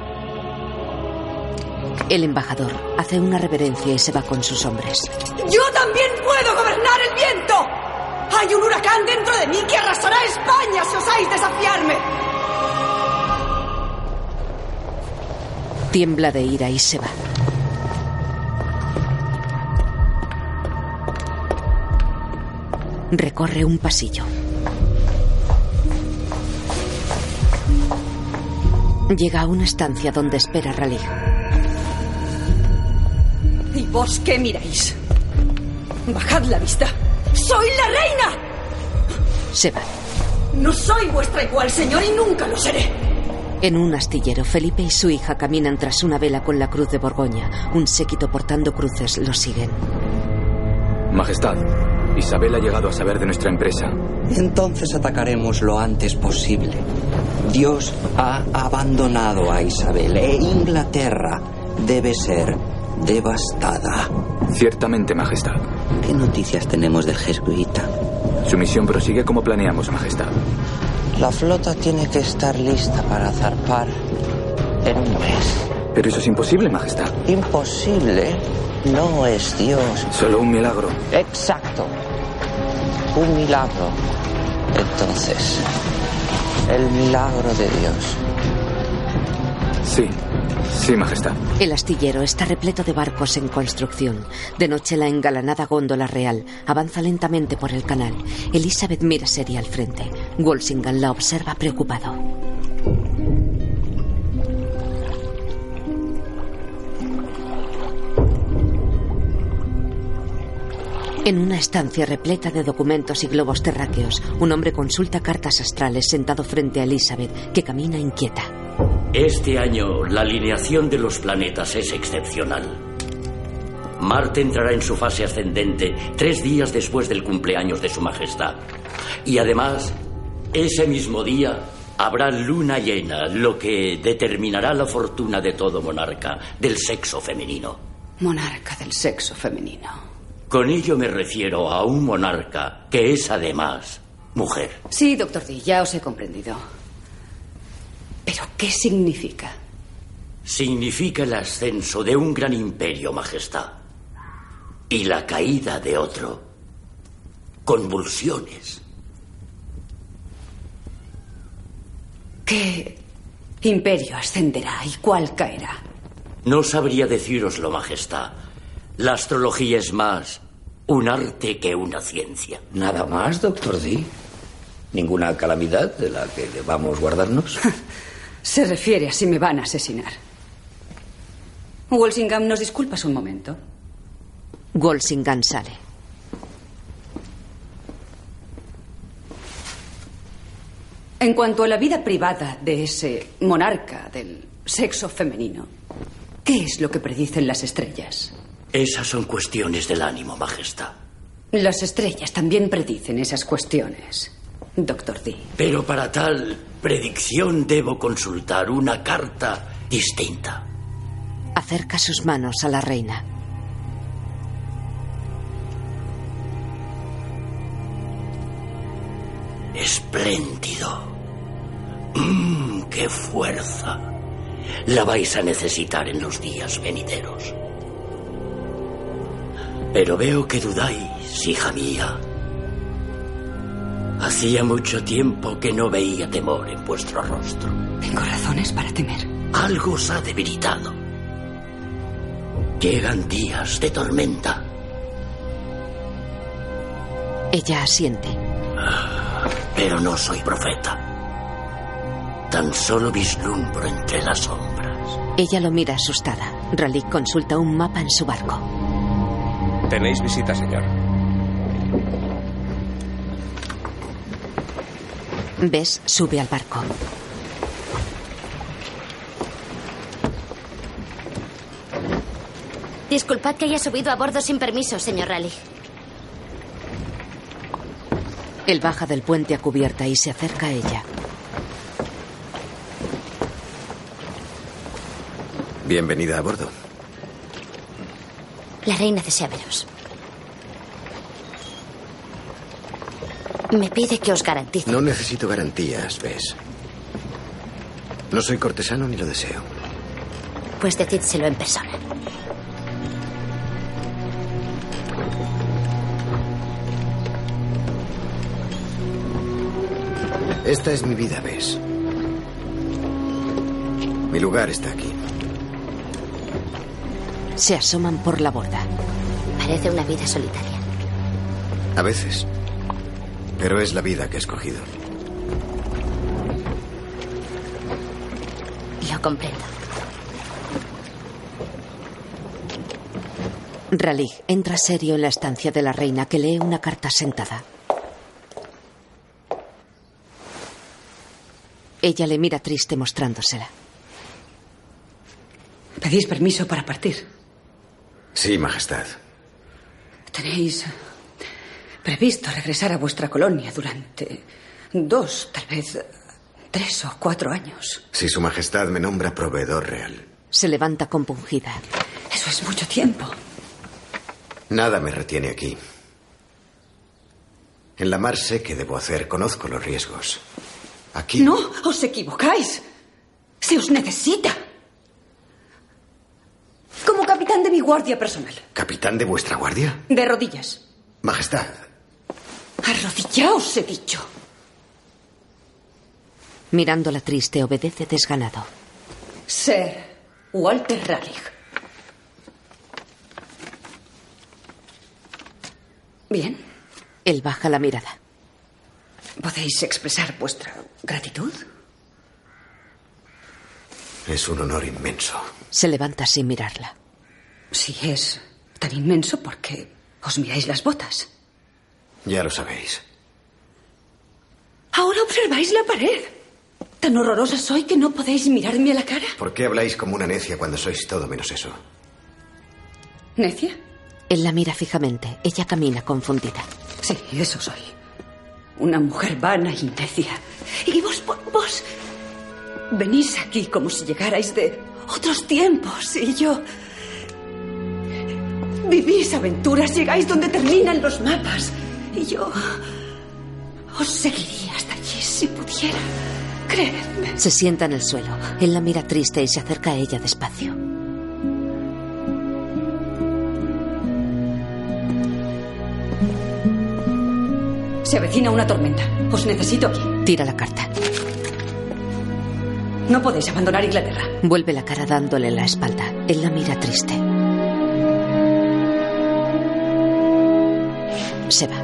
El embajador hace una reverencia y se va con sus hombres. ¡Yo también puedo gobernar el viento! ¡Hay un huracán dentro de mí que arrasará España si osáis desafiarme! Tiembla de ira y se va. Recorre un pasillo. Llega a una estancia donde espera Ralig. ¿Y vos qué miráis? Bajad la vista. ¡Soy la reina! Se va. No soy vuestra igual, señor, y nunca lo seré. En un astillero, Felipe y su hija caminan tras una vela con la cruz de Borgoña. Un séquito portando cruces los siguen. Majestad, Isabel ha llegado a saber de nuestra empresa. Entonces atacaremos lo antes posible. Dios ha abandonado a Isabel e Inglaterra debe ser devastada. Ciertamente, Majestad. ¿Qué noticias tenemos del jesuita? Su misión prosigue como planeamos, Majestad. La flota tiene que estar lista para zarpar en un mes. Pero eso es imposible, Majestad. Imposible no es Dios. Solo un milagro. Exacto. Un milagro. Entonces, el milagro de Dios. Sí, sí, Majestad. El astillero está repleto de barcos en construcción. De noche, la engalanada góndola real avanza lentamente por el canal. Elizabeth mira seria al frente. Walsingham la observa preocupado. En una estancia repleta de documentos y globos terráqueos, un hombre consulta cartas astrales sentado frente a Elizabeth, que camina inquieta. Este año la alineación de los planetas es excepcional. Marte entrará en su fase ascendente tres días después del cumpleaños de Su Majestad. Y además, ese mismo día habrá luna llena, lo que determinará la fortuna de todo monarca del sexo femenino. Monarca del sexo femenino. Con ello me refiero a un monarca que es además mujer. Sí, doctor D, ya os he comprendido. ¿Pero qué significa? Significa el ascenso de un gran imperio, Majestad. Y la caída de otro. Convulsiones. ¿Qué imperio ascenderá y cuál caerá? No sabría decíroslo, Majestad. La astrología es más un arte que una ciencia. ¿Nada más, doctor D? ¿Ninguna calamidad de la que debamos guardarnos? Se refiere a si me van a asesinar. Walsingham, ¿nos disculpas un momento? Walsingham sale. En cuanto a la vida privada de ese monarca del sexo femenino, ¿qué es lo que predicen las estrellas? Esas son cuestiones del ánimo, Majestad. Las estrellas también predicen esas cuestiones, doctor D. Pero para tal predicción debo consultar una carta distinta. Acerca sus manos a la reina. Espléndido. Mmm, qué fuerza. La vais a necesitar en los días venideros. Pero veo que dudáis, hija mía. Hacía mucho tiempo que no veía temor en vuestro rostro. Tengo razones para temer. Algo os ha debilitado. Llegan días de tormenta. Ella asiente. Pero no soy profeta. Tan solo vislumbro entre las sombras. Ella lo mira asustada. Ralik consulta un mapa en su barco. Tenéis visita, señor. Bess sube al barco. Disculpad que haya subido a bordo sin permiso, señor Raleigh. Él baja del puente a cubierta y se acerca a ella. Bienvenida a bordo. La reina desea veros. Me pide que os garantice. No necesito garantías, Bess. No soy cortesano ni lo deseo. Pues decídselo en persona. Esta es mi vida, Bess. Mi lugar está aquí. Se asoman por la borda. Parece una vida solitaria. A veces. Pero es la vida que he escogido. Lo comprendo. Raleigh entra serio en la estancia de la reina, que lee una carta sentada. Ella le mira triste mostrándosela. ¿Pedís permiso para partir? Sí, Majestad. ¿Tenéis previsto regresar a vuestra colonia durante dos, tal vez tres o cuatro años? Si Su Majestad me nombra proveedor real. Se levanta compungida. Eso es mucho tiempo. Nada me retiene aquí. En la mar sé qué debo hacer, conozco los riesgos. Aquí... No, os equivocáis. Se os necesita. Como capitán de mi guardia personal. ¿Capitán de vuestra guardia? De rodillas. Majestad. Arrodillaos, he dicho. Mirándola triste, obedece desganado. Sir Walter Raleigh. Bien. Él baja la mirada. ¿Podéis expresar vuestra gratitud? Es un honor inmenso. Se levanta sin mirarla. Si es tan inmenso, ¿por qué os miráis las botas? Ya lo sabéis. Ahora observáis la pared. ¿Tan horrorosa soy que no podéis mirarme a la cara? ¿Por qué habláis como una necia cuando sois todo menos eso? ¿Necia? Él la mira fijamente. Ella camina confundida. Sí, eso soy. Una mujer vana y necia. Y vos, vos... venís aquí como si llegarais de otros tiempos y yo... vivís aventuras, llegáis donde terminan los mapas. Y yo... os seguiría hasta allí si pudiera. Creedme. Se sienta en el suelo. Él la mira triste y se acerca a ella despacio. Se avecina una tormenta. Os necesito aquí. Tira la carta. No podéis abandonar Inglaterra. Vuelve la cara dándole la espalda. Él la mira triste. Se va.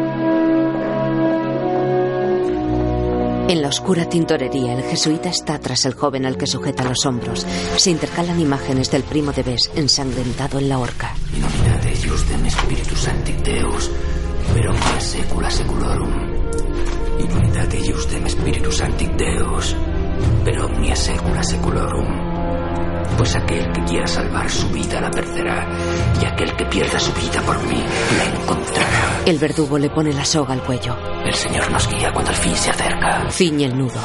En la oscura tintorería, el jesuita está tras el joven al que sujeta los hombros. Se intercalan imágenes del primo de Bess ensangrentado en la horca. In unitate Iusdem Spiritus Sancti Deus, per omnia secula seculorum. In unitate Iusdem Spiritus Sancti Deus, per omnia secula seculorum. Pues aquel que quiera salvar su vida la perderá, y aquel que pierda su vida por mí la encontrará. El verdugo le pone la soga al cuello. El Señor nos guía cuando el fin se acerca. Ciñe el nudo.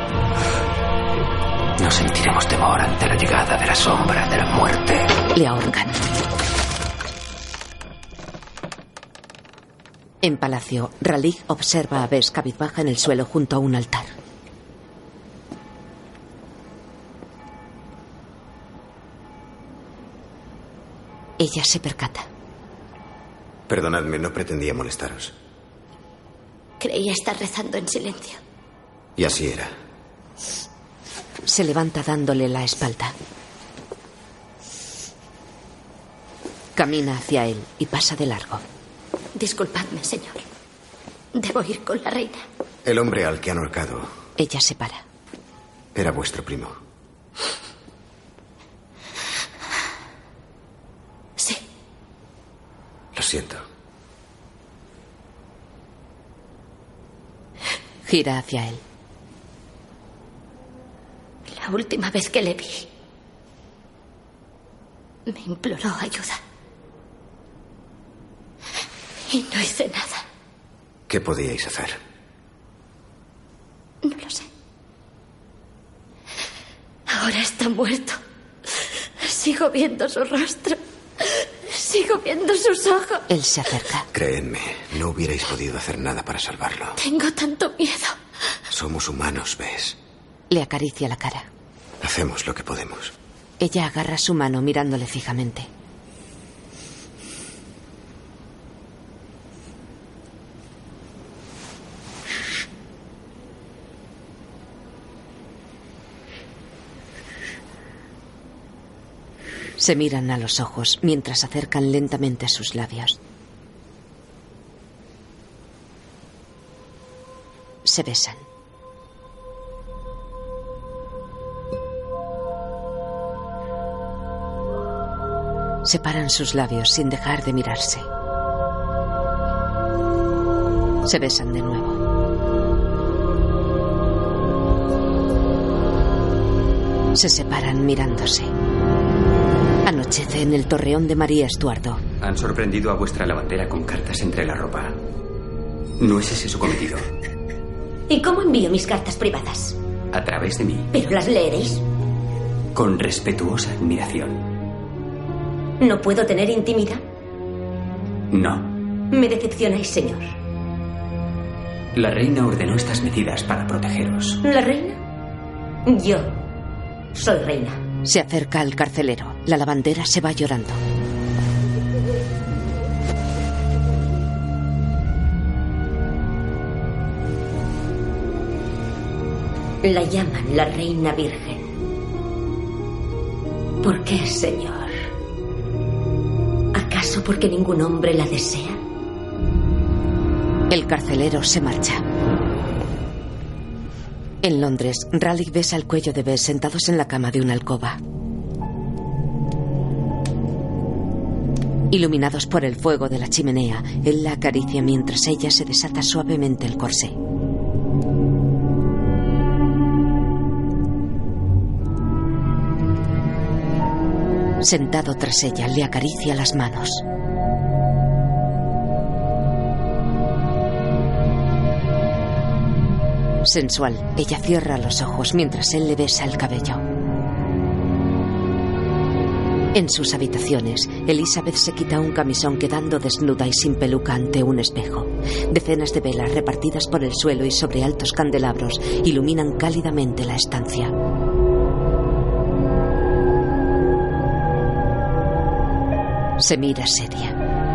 No sentiremos temor ante la llegada de la sombra de la muerte. Le ahorcan. En palacio, Raleigh observa a Bess cabizbaja en el suelo junto a un altar. Ella se percata. Perdonadme, no pretendía molestaros. Creía estar rezando en silencio. Y así era. Se levanta dándole la espalda. Camina hacia él y pasa de largo. Disculpadme, señor. Debo ir con la reina. El hombre al que han ahorcado Ella se para. era vuestro primo. Sí. Lo siento. Gira hacia él. La última vez que le vi, me imploró ayuda. Y no hice nada. ¿Qué podíais hacer? No lo sé. Ahora está muerto. Sigo viendo su rostro. Sigo viendo sus ojos. Él se acerca. Créenme, no hubierais podido hacer nada para salvarlo. Tengo tanto miedo. Somos humanos, ¿ves? Le acaricia la cara. Hacemos lo que podemos. Ella agarra su mano mirándole fijamente. Se miran a los ojos mientras acercan lentamente sus labios. Se besan. Separan sus labios sin dejar de mirarse. Se besan de nuevo. Se separan mirándose. Anochece en el torreón de María Estuardo. Han sorprendido a vuestra lavandera con cartas entre la ropa. No es ese su cometido. ¿Y cómo envío mis cartas privadas? A través de mí. ¿Pero las leeréis? Con respetuosa admiración. ¿No puedo tener intimidad? No. Me decepcionáis, señor. La reina ordenó estas medidas para protegeros. ¿La reina? Yo soy reina. Se acerca al carcelero. La lavandera se va llorando. La llaman la reina virgen. ¿Por qué, señor? ¿Acaso porque ningún hombre la desea? El carcelero se marcha. En Londres, Raleigh besa el cuello de Bess sentados en la cama de una alcoba. Iluminados por el fuego de la chimenea, él la acaricia mientras ella se desata suavemente el corsé. Sentado tras ella, le acaricia las manos. Sensual, ella cierra los ojos mientras él le besa el cabello. En sus habitaciones, Elizabeth se quita un camisón quedando desnuda y sin peluca ante un espejo. Decenas de velas repartidas por el suelo y sobre altos candelabros iluminan cálidamente la estancia. Se mira seria.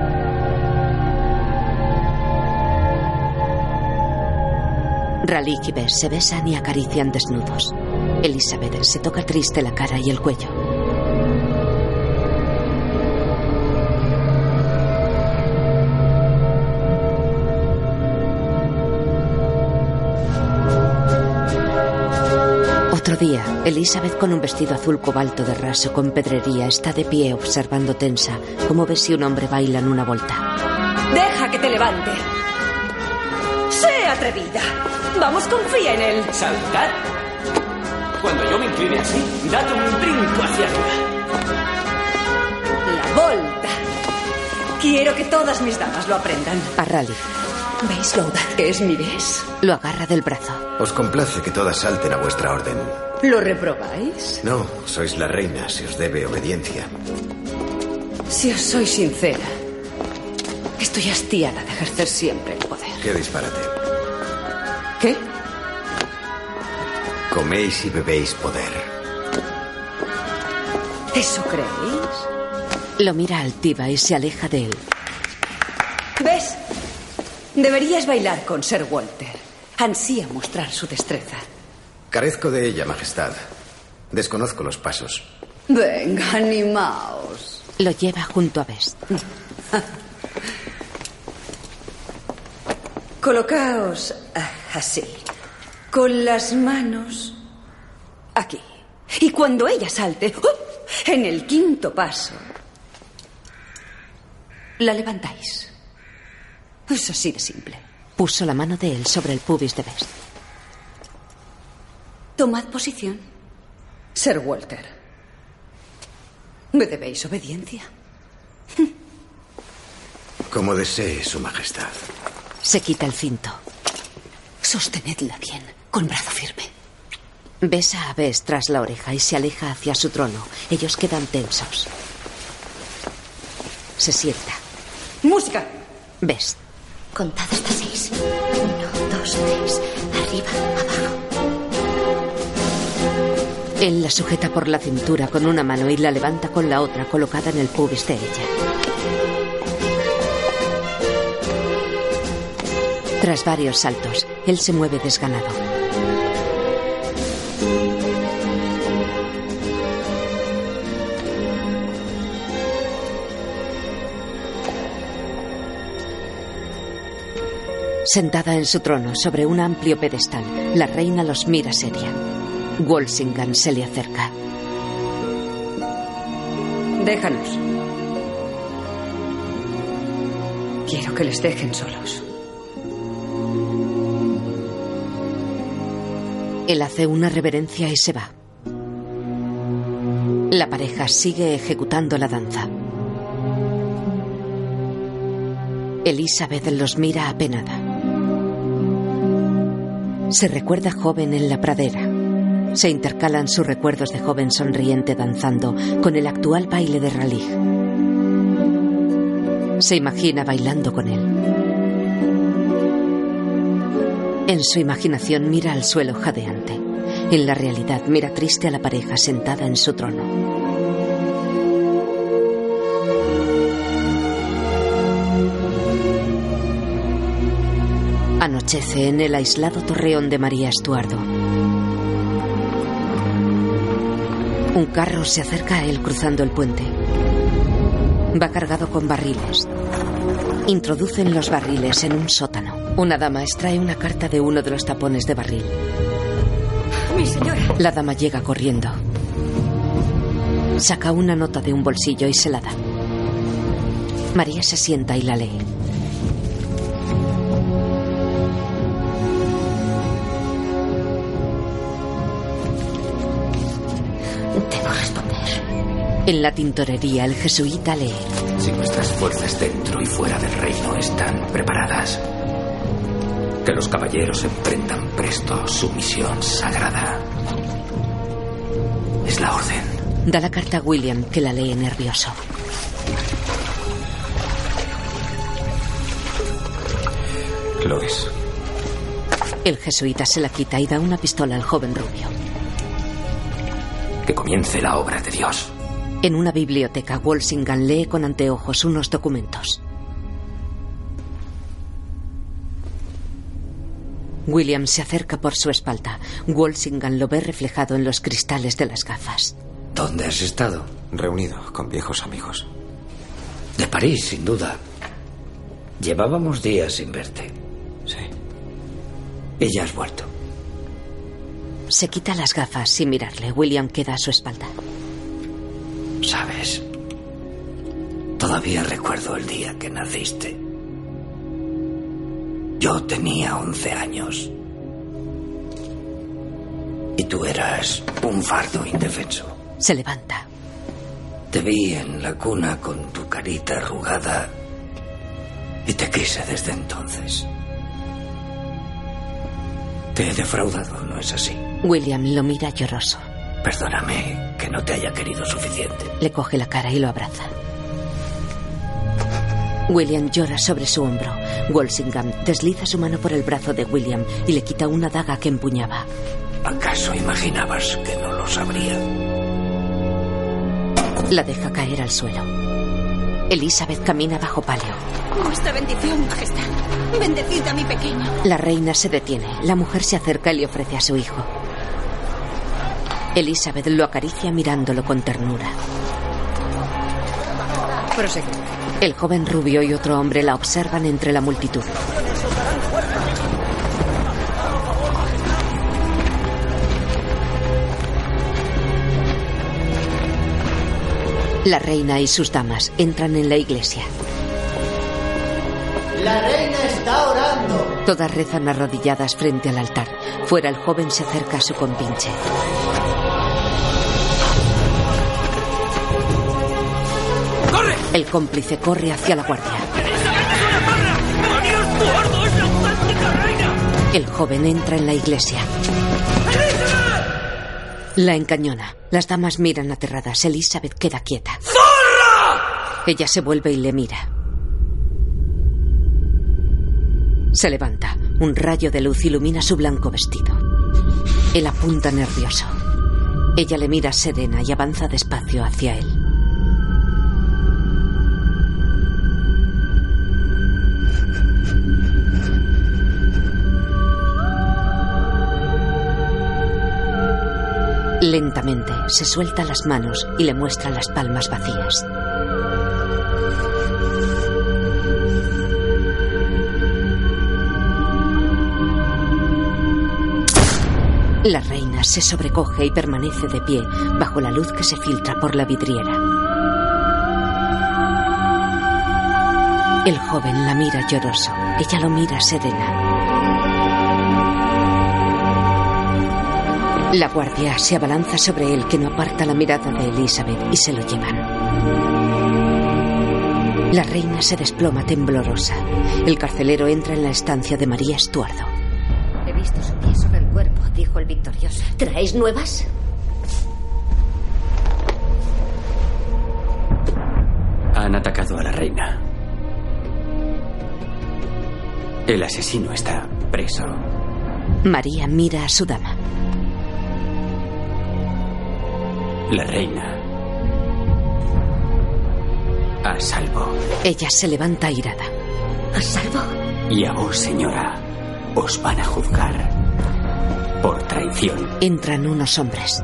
Raleigh y Bess se besan y acarician desnudos. Elizabeth se toca triste la cara y el cuello. Otro día, Elizabeth, con un vestido azul cobalto de raso con pedrería, está de pie observando tensa cómo Bess y un hombre bailan una volta. ¡Deja que te levante! ¡Sé atrevida! Vamos, confía en él. ¿Saltar? Cuando yo me incline así, date un brinco hacia arriba. La volta. Quiero que todas mis damas lo aprendan. A Raleigh. ¿Veis lo audaz que es mi Bess? Lo agarra del brazo. Os complace que todas salten a vuestra orden. ¿Lo reprobáis? No, sois la reina, se os debe obediencia. Si os soy sincera, estoy hastiada de ejercer siempre el poder. Qué disparate. ¿Qué? Coméis y bebéis poder. ¿Eso creéis? Lo mira altiva y se aleja de él. ¿Ves? Deberías bailar con Sir Walter. Ansía mostrar su destreza. Carezco de ella, Majestad. Desconozco los pasos. Venga, animaos. Lo lleva junto a Bess. Colocaos así, con las manos aquí. Y cuando ella salte, ¡oh!, en el quinto paso, la levantáis. Es así de simple. Puso la mano de él sobre el pubis de Bess. Tomad posición. Sir Walter, me debéis obediencia. Como desee, Su Majestad. Se quita el cinto. Sostenedla bien, con brazo firme. Besa a Bess tras la oreja y se aleja hacia su trono. Ellos quedan tensos. Se sienta. ¡Música! Bess. Contad hasta seis. Uno, dos, tres. Arriba, abajo. Él la sujeta por la cintura con una mano y la levanta con la otra colocada en el pubis de ella. Tras varios saltos, él se mueve desganado. Sentada en su trono sobre un amplio pedestal, la reina los mira seria. Walsingham se le acerca. Déjanos. Quiero que les dejen solos. Él hace una reverencia y se va. La pareja sigue ejecutando la danza. Elizabeth los mira apenada. Se recuerda joven en la pradera. Se intercalan sus recuerdos de joven sonriente danzando con el actual baile de Ralig. Se imagina bailando con él. En su imaginación mira al suelo jadeante. En la realidad mira triste a la pareja sentada en su trono. Anochece en el aislado torreón de María Estuardo. Un carro se acerca a él cruzando el puente. Va cargado con barriles. Introducen los barriles en un sótano. Una dama extrae una carta de uno de los tapones de barril. Mi señora. La dama llega corriendo. Saca una nota de un bolsillo y se la da. María se sienta y la lee. Debo responder. En la tintorería, el jesuita lee. Si nuestras fuerzas dentro y fuera del reino están preparadas, que los caballeros emprendan presto su misión sagrada. Es la orden. Da la carta a William, que la lee nervioso. Lo es. El jesuita se la quita y da una pistola al joven rubio. Que comience la obra de Dios. En una biblioteca, Walsingham lee con anteojos unos documentos. William se acerca por su espalda. Walsingham lo ve reflejado en los cristales de las gafas. ¿Dónde has estado? Reunido con viejos amigos. De París, sin duda. Llevábamos días sin verte. Sí. Y ya has vuelto. Se quita las gafas sin mirarle. William queda a su espalda. ¿Sabes? Todavía recuerdo el día que naciste. Yo tenía once años. Y tú eras un fardo indefenso. Se levanta. Te vi en la cuna con tu carita arrugada y te quise desde entonces. Te he defraudado, ¿no es así? William lo mira lloroso. Perdóname que no te haya querido suficiente. Le coge la cara y lo abraza. William llora sobre su hombro. Walsingham desliza su mano por el brazo de William y le quita una daga que empuñaba. ¿Acaso imaginabas que no lo sabría? La deja caer al suelo. Elizabeth camina bajo palio. Vuestra bendición, majestad. Bendecid a mi pequeño. La reina se detiene. La mujer se acerca y le ofrece a su hijo. Elizabeth lo acaricia mirándolo con ternura. Prosegue. El joven rubio y otro hombre la observan entre la multitud. La reina y sus damas entran en la iglesia. La reina está orando. Todas rezan arrodilladas frente al altar. Fuera, el joven se acerca a su compinche. ¡Corre! El cómplice corre hacia la guardia. ¡María Estuardo es la auténtica reina! El joven entra en la iglesia. La encañona. Las damas miran aterradas. Elizabeth queda quieta. ¡Zorra! Ella se vuelve y le mira. Se levanta. Un rayo de luz ilumina su blanco vestido. Él apunta nervioso. Ella le mira serena y avanza despacio hacia él. Lentamente se suelta las manos y le muestra las palmas vacías. La reina se sobrecoge y permanece de pie bajo la luz que se filtra por la vidriera. El joven la mira lloroso. Ella lo mira serena. La guardia se abalanza sobre él, que no aparta la mirada de Elizabeth, y se lo llevan. La reina se desploma temblorosa. El carcelero entra en la estancia de María Estuardo. He visto su pie sobre el cuerpo, dijo el victorioso. ¿Traéis nuevas? Han atacado a la reina. El asesino está preso. María mira a su dama. La reina. A salvo. Ella se levanta airada. ¿A salvo? Y a vos, señora, os van a juzgar por traición. Entran unos hombres.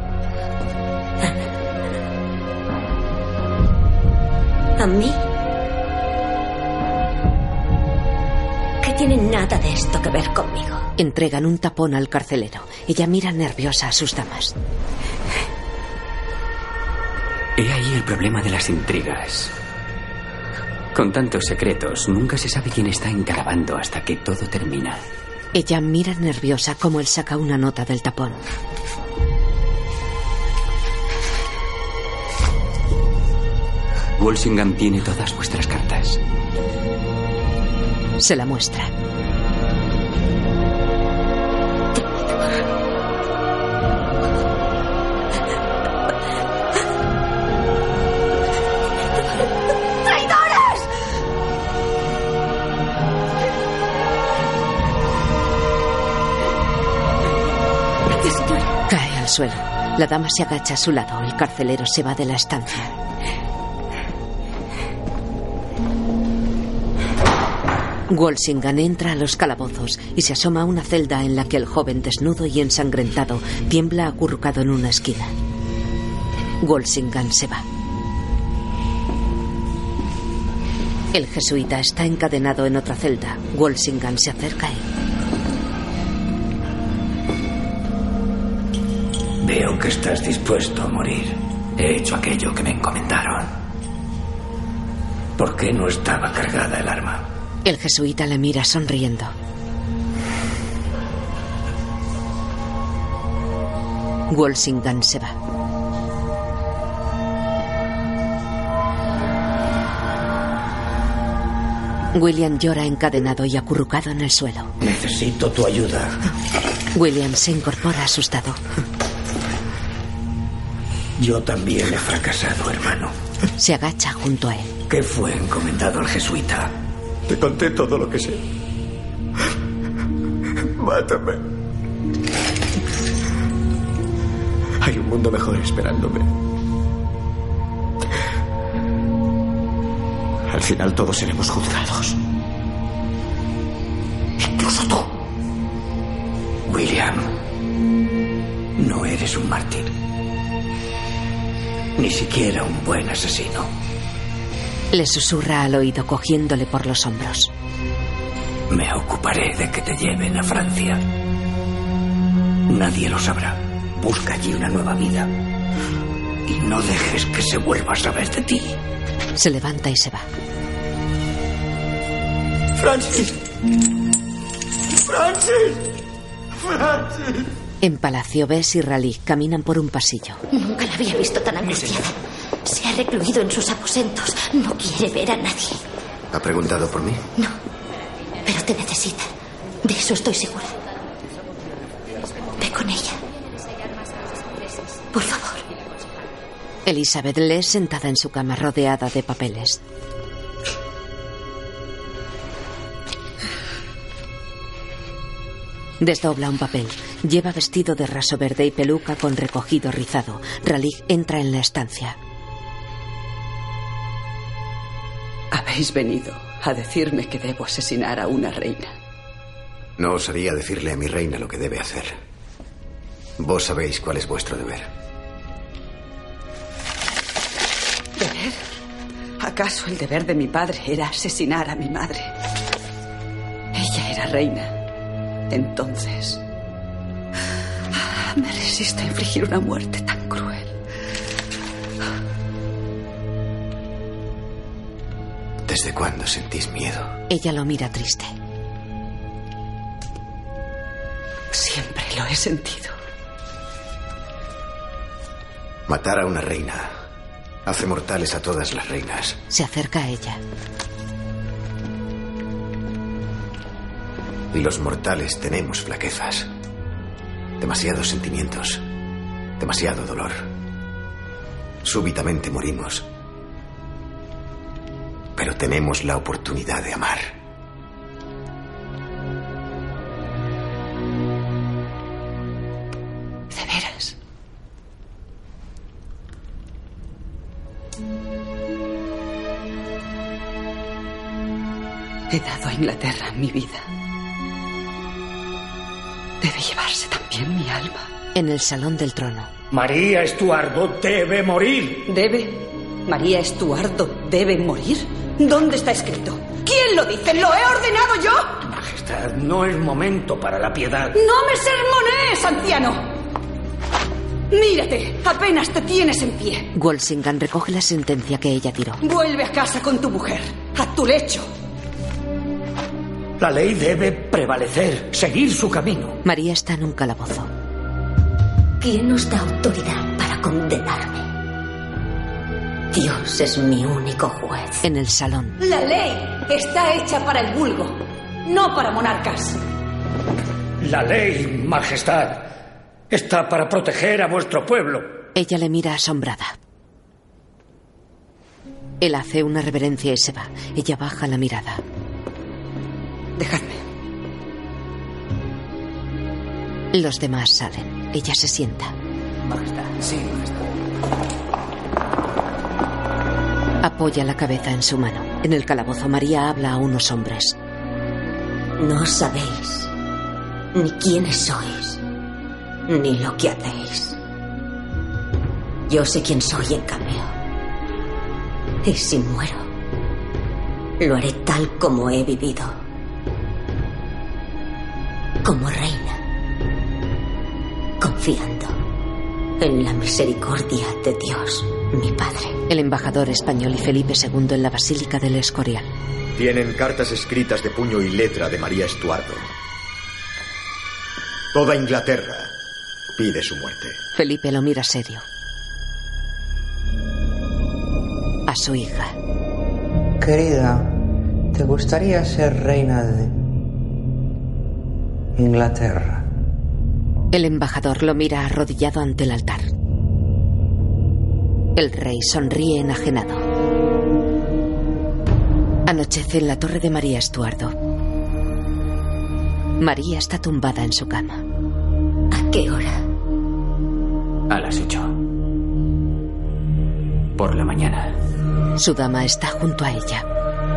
¿A mí? ¿Qué tiene nada de esto que ver conmigo? Entregan un tapón al carcelero. Ella mira nerviosa a sus damas. He ahí el problema de las intrigas. Con tantos secretos, nunca se sabe quién está en cada bando hasta que todo termina. Ella mira nerviosa como él saca una nota del tapón. Walsingham tiene todas vuestras cartas. Se la muestra. Cae al suelo. La dama se agacha a su lado. El carcelero se va de la estancia. Walsingham entra a los calabozos y se asoma a una celda en la que el joven, desnudo y ensangrentado, tiembla acurrucado en una esquina. Walsingham se va. El jesuita está encadenado en otra celda. Walsingham se acerca a él. Veo que estás dispuesto a morir. He hecho aquello que me encomendaron. ¿Por qué no estaba cargada el arma? El jesuita le mira sonriendo. Walsingham se va. William llora encadenado y acurrucado en el suelo. Necesito tu ayuda. William se incorpora asustado. Yo también he fracasado, hermano. Se agacha junto a él. ¿Qué fue encomendado al jesuita? Te conté todo lo que sé. Mátame. Hay un mundo mejor esperándome. Al final todos seremos juzgados. Incluso tú. William, no eres un mártir. Ni siquiera un buen asesino. Le susurra al oído cogiéndole por los hombros. Me ocuparé de que te lleven a Francia. Nadie lo sabrá. Busca allí una nueva vida. Y no dejes que se vuelva a saber de ti. Se levanta y se va. Francis. Francis. Francis. En palacio, Bess y Raleigh caminan por un pasillo. Nunca la había visto tan angustiada. Se ha recluido en sus aposentos. No quiere ver a nadie. ¿Ha preguntado por mí? No, pero te necesita. De eso estoy segura. Ve con ella. Por favor. Elizabeth lee sentada en su cama rodeada de papeles. Desdobla un papel. Lleva vestido de raso verde y peluca con recogido rizado. Raleigh entra en la estancia. Habéis venido a decirme que debo asesinar a una reina. No osaría decirle a mi reina lo que debe hacer. Vos sabéis cuál es vuestro deber. ¿Deber? ¿Acaso el deber de mi padre era asesinar a mi madre? Ella era reina. Entonces, me resisto a infligir una muerte tan cruel. ¿Desde cuándo sentís miedo? Ella lo mira triste. Siempre lo he sentido. Matar a una reina hace mortales a todas las reinas. Se acerca a ella. Y los mortales tenemos flaquezas. Demasiados sentimientos. Demasiado dolor. Súbitamente morimos. Pero tenemos la oportunidad de amar. ¿De veras? He dado a Inglaterra mi vida. Debe llevarse también mi alma. En el salón del trono. María Estuardo debe morir. ¿Debe? ¿María Estuardo debe morir? ¿Dónde está escrito? ¿Quién lo dice? ¿Lo he ordenado yo? Majestad, no es momento para la piedad. ¡No me sermonees, anciano! Mírate, apenas te tienes en pie. Walsingham recoge la sentencia que ella tiró. Vuelve a casa con tu mujer, a tu lecho. La ley debe prevalecer, seguir su camino. María está en un calabozo. ¿Quién nos da autoridad para condenarme? Dios es mi único juez. En el salón. La ley está hecha para el vulgo, no para monarcas. La ley, Majestad, está para proteger a vuestro pueblo. Ella le mira asombrada. Él hace una reverencia y se va. Ella baja la mirada. Dejadme. Los demás salen. Ella se sienta. Majestad, sí, Majestad. Apoya la cabeza en su mano. En el calabozo, María habla a unos hombres. No sabéis ni quiénes sois, ni lo que hacéis. Yo sé quién soy, en cambio. Y si muero, lo haré tal como he vivido. Como reina. Confiando en la misericordia de Dios, mi Padre. El embajador español y Felipe segundo en la Basílica del Escorial. Tienen cartas escritas de puño y letra de María Estuardo. Toda Inglaterra pide su muerte. Felipe lo mira serio. A su hija. Querida, ¿te gustaría ser reina de Inglaterra? El embajador lo mira arrodillado ante el altar. El rey sonríe enajenado. Anochece en la torre de María Estuardo. María está tumbada en su cama. ¿A qué hora? A las ocho. Por la mañana. Su dama está junto a ella.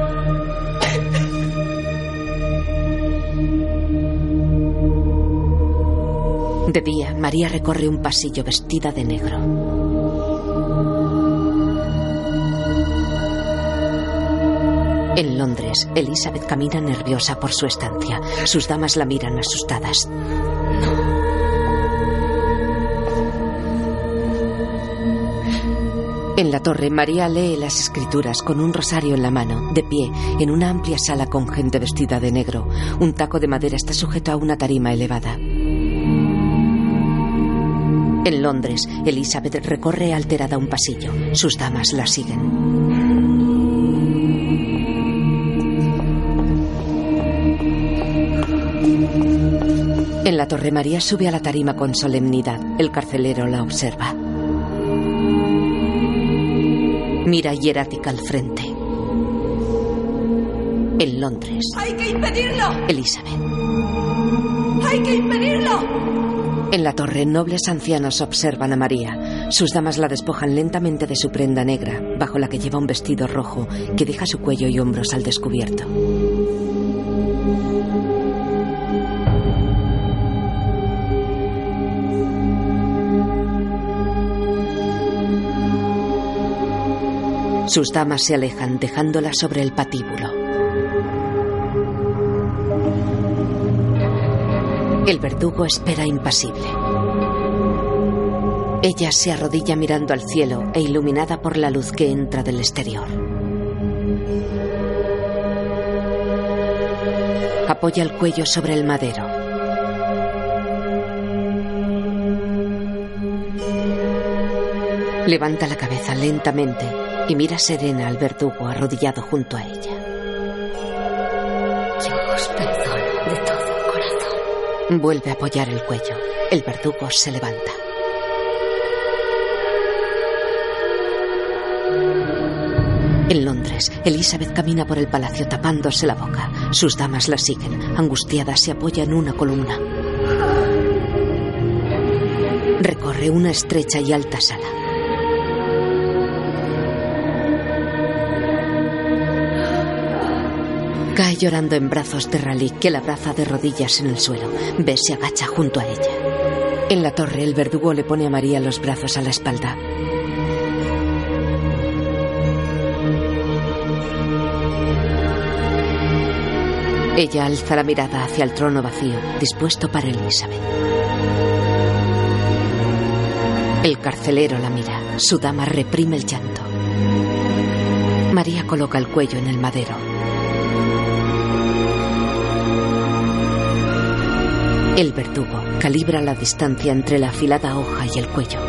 De día, María recorre un pasillo vestida de negro. En Londres, Elizabeth camina nerviosa por su estancia. Sus damas la miran asustadas. En la torre, María lee las escrituras con un rosario en la mano, de pie, en una amplia sala con gente vestida de negro. Un taco de madera está sujeto a una tarima elevada. En Londres, Elizabeth recorre alterada un pasillo. Sus damas la siguen. En la torre, María sube a la tarima con solemnidad. El carcelero la observa. Mira hierática al frente. En Londres. ¡Hay que impedirlo! Elizabeth. ¡Hay que impedirlo! En la torre, nobles ancianos observan a María. Sus damas la despojan lentamente de su prenda negra, bajo la que lleva un vestido rojo que deja su cuello y hombros al descubierto. Sus damas se alejan, dejándola sobre el patíbulo. El verdugo espera impasible. Ella se arrodilla mirando al cielo e iluminada por la luz que entra del exterior. Apoya el cuello sobre el madero. Levanta la cabeza lentamente y mira serena al verdugo arrodillado junto a ella. Yo os perdono de todo corazón. Vuelve a apoyar el cuello. El verdugo se levanta. En Londres, Elizabeth camina por el palacio tapándose la boca. Sus damas la siguen. Angustiada, se apoya en una columna. Recorre una estrecha y alta sala. Cae llorando en brazos de Raleigh, que la abraza de rodillas en el suelo. Bess se agacha junto a ella. En la torre, el verdugo le pone a María los brazos a la espalda. Ella alza la mirada hacia el trono vacío, dispuesto para Elizabeth. El carcelero la mira. Su dama reprime el llanto. María coloca el cuello en el madero. El verdugo calibra la distancia entre la afilada hoja y el cuello.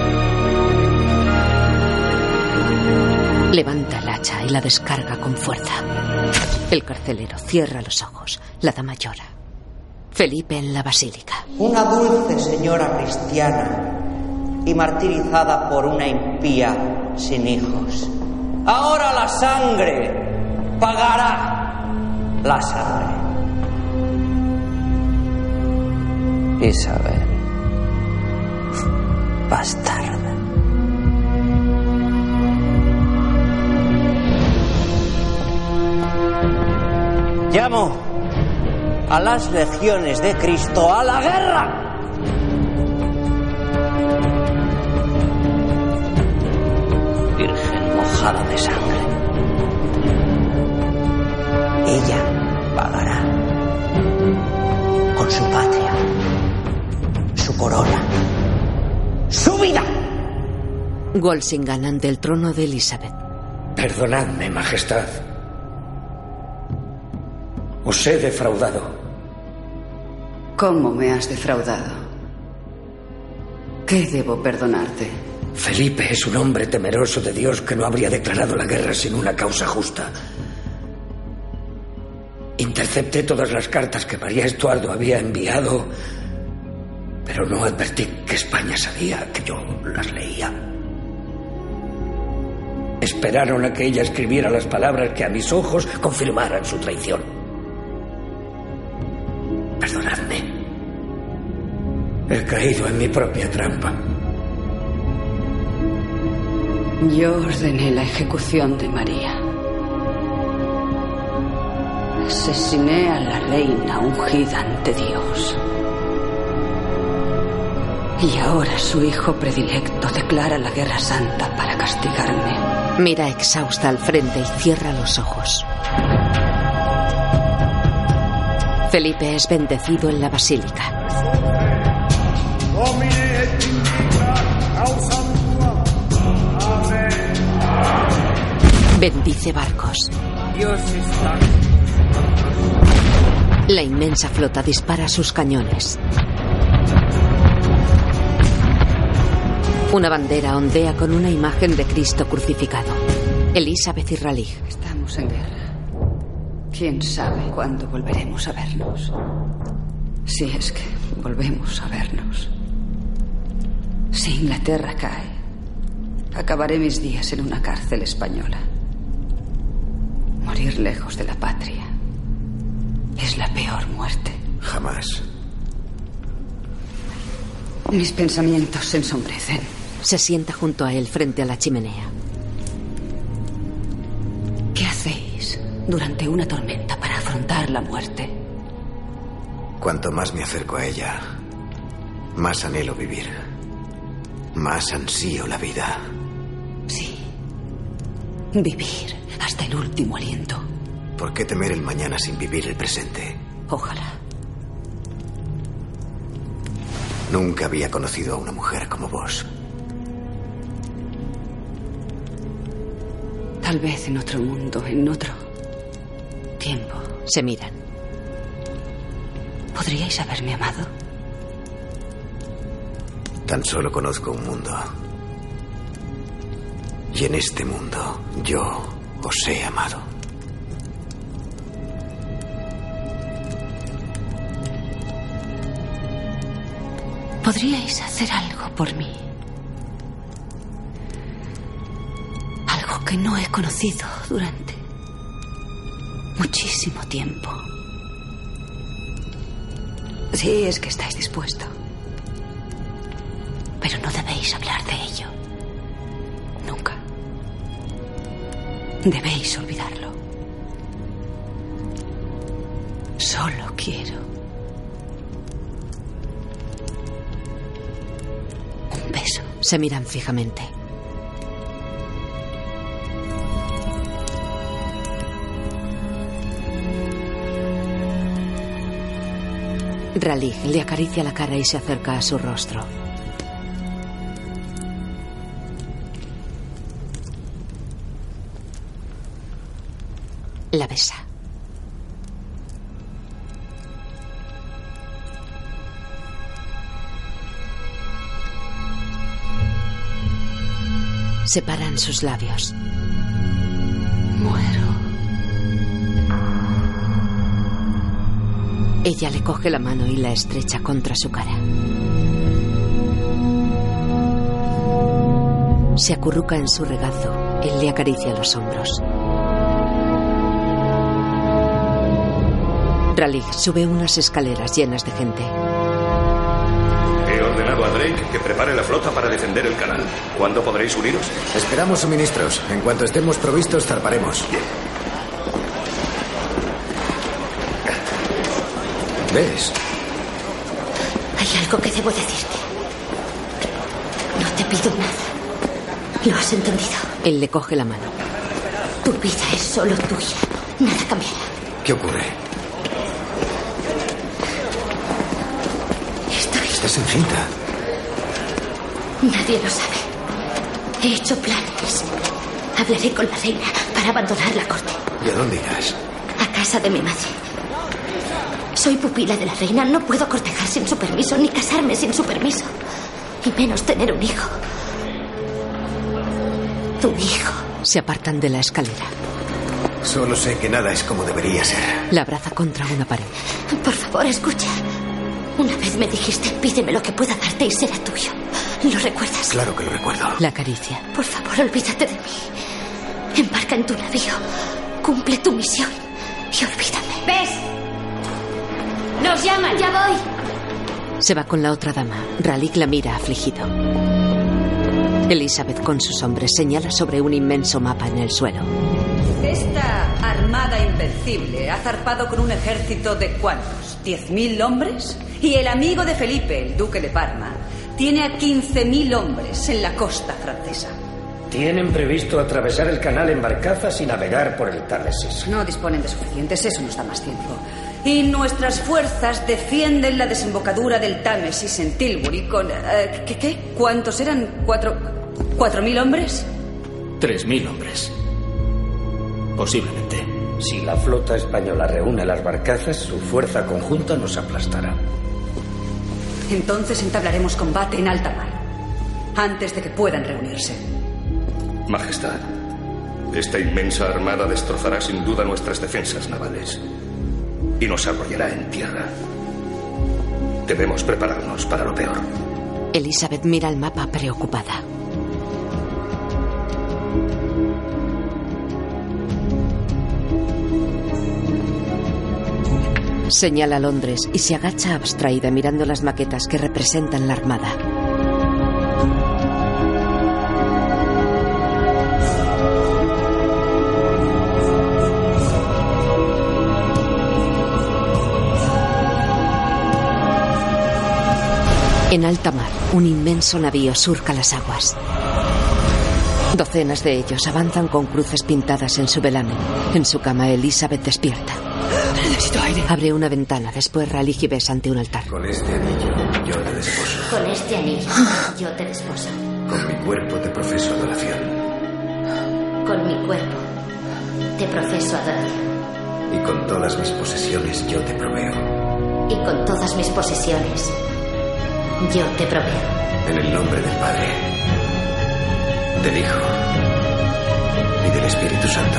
Levanta el hacha y la descarga con fuerza. El carcelero cierra los ojos. La dama llora. Felipe en la basílica. Una dulce señora cristiana y martirizada por una impía sin hijos. Ahora la sangre pagará la sangre. Isabel, bastarda. Llamo a las legiones de Cristo a la guerra. Virgen mojada de sangre. Ella pagará con su patria, su corona, su vida. Walsingham ante el trono de Elizabeth. Perdonadme, Majestad. Os he defraudado. ¿Cómo me has defraudado? ¿Qué debo perdonarte? Felipe es un hombre temeroso de Dios que no habría declarado la guerra sin una causa justa. Intercepté todas las cartas que María Estuardo había enviado, pero no advertí que España sabía que yo las leía. Esperaron a que ella escribiera las palabras que a mis ojos confirmaran su traición. Perdonadme. He caído en mi propia trampa. Yo ordené la ejecución de María. Asesiné a la reina ungida ante Dios. Y ahora su hijo predilecto declara la guerra santa para castigarme. Mira exhausta al frente y cierra los ojos. Felipe es bendecido en la basílica. Bendice barcos. Dios está. La inmensa flota dispara sus cañones. Una bandera ondea con una imagen de Cristo crucificado. Elizabeth y Raleigh. Estamos en guerra. ¿Quién sabe cuándo volveremos a vernos? Si es que volvemos a vernos. Si Inglaterra cae, acabaré mis días en una cárcel española. Morir lejos de la patria es la peor muerte. Jamás. Mis pensamientos se ensombrecen. Se sienta junto a él frente a la chimenea. ¿Qué hacéis durante una tormenta para afrontar la muerte? Cuanto más me acerco a ella, más anhelo vivir. Más ansío la vida. Sí. Vivir hasta el último aliento. ¿Por qué temer el mañana sin vivir el presente? Ojalá. Nunca había conocido a una mujer como vos. Tal vez en otro mundo, en otro tiempo. Se miran. ¿Podríais haberme amado? Tan solo conozco un mundo. Y en este mundo yo os he amado. ¿Podríais hacer algo por mí? Algo que no he conocido durante muchísimo tiempo. Sí, es que estáis dispuesto. Pero no debéis hablar de ello. Nunca. Debéis olvidarlo. Solo quiero un beso. Se miran fijamente. Ralig le acaricia la cara y se acerca a su rostro. La besa. Separan sus labios. Muero. Ella le coge la mano y la estrecha contra su cara. Se acurruca en su regazo. Él le acaricia los hombros. Ralig sube unas escaleras llenas de gente. He ordenado a Drake que prepare la flota para defender el canal. ¿Cuándo podréis uniros? Esperamos suministros. En cuanto estemos provistos, zarparemos. Bien. ¿Ves? Hay algo que debo decirte. No te pido nada. ¿Lo has entendido? Él le coge la mano. Tu vida es solo tuya. Nada cambiará. ¿Qué ocurre? Estoy... ¿Estás encinta? Nadie lo sabe. He hecho planes. Hablaré con la reina para abandonar la corte. ¿Y a dónde irás? A casa de mi madre. Soy pupila de la reina. No puedo cortejar sin su permiso, ni casarme sin su permiso. Y menos tener un hijo. Tu hijo. Se apartan de la escalera. Solo sé que nada es como debería ser. La abraza contra una pared. Por favor, escucha. Una vez me dijiste, pídeme lo que pueda darte y será tuyo. ¿Lo recuerdas? Claro que lo recuerdo. La acaricia. Por favor, olvídate de mí. Embarca en tu navío. Cumple tu misión. Y olvídame. ¿Ves? ¡Nos llaman! ¡Ya voy! Se va con la otra dama. Ralig la mira afligido. Elizabeth con sus hombres señala sobre un inmenso mapa en el suelo. Esta armada invencible ha zarpado con un ejército de ¿cuántos? ¿Diez mil hombres? Y el amigo de Felipe, el duque de Parma, tiene a quince mil hombres en la costa francesa. Tienen previsto atravesar el canal en barcazas y navegar por el Támesis. No disponen de suficientes, eso nos da más tiempo. Y nuestras fuerzas defienden la desembocadura del Támesis en Tilbury con... Uh, ¿qué, ¿Qué? ¿Cuántos eran? ¿Cuatro... ¿Cuatro mil hombres? Tres mil hombres. Posiblemente. Si la flota española reúne las barcazas, su fuerza conjunta nos aplastará. Entonces entablaremos combate en alta mar, antes de que puedan reunirse. Majestad, esta inmensa armada destrozará sin duda nuestras defensas navales y nos arrollará en tierra. Debemos prepararnos para lo peor. Elizabeth mira el mapa preocupada. Señala Londres y se agacha abstraída mirando las maquetas que representan la armada. En alta mar, un inmenso navío surca las aguas. Docenas de ellos avanzan con cruces pintadas en su velamen. En su cama, Elizabeth despierta. Necesito aire. Abre una ventana, después Ralig y besa ante un altar. Con este anillo yo te desposo. Con este anillo yo te desposo. Con mi cuerpo te profeso adoración. Con mi cuerpo te profeso adoración. Y con todas mis posesiones yo te proveo. Y con todas mis posesiones yo te proveo. En el nombre del Padre, del Hijo el Espíritu Santo.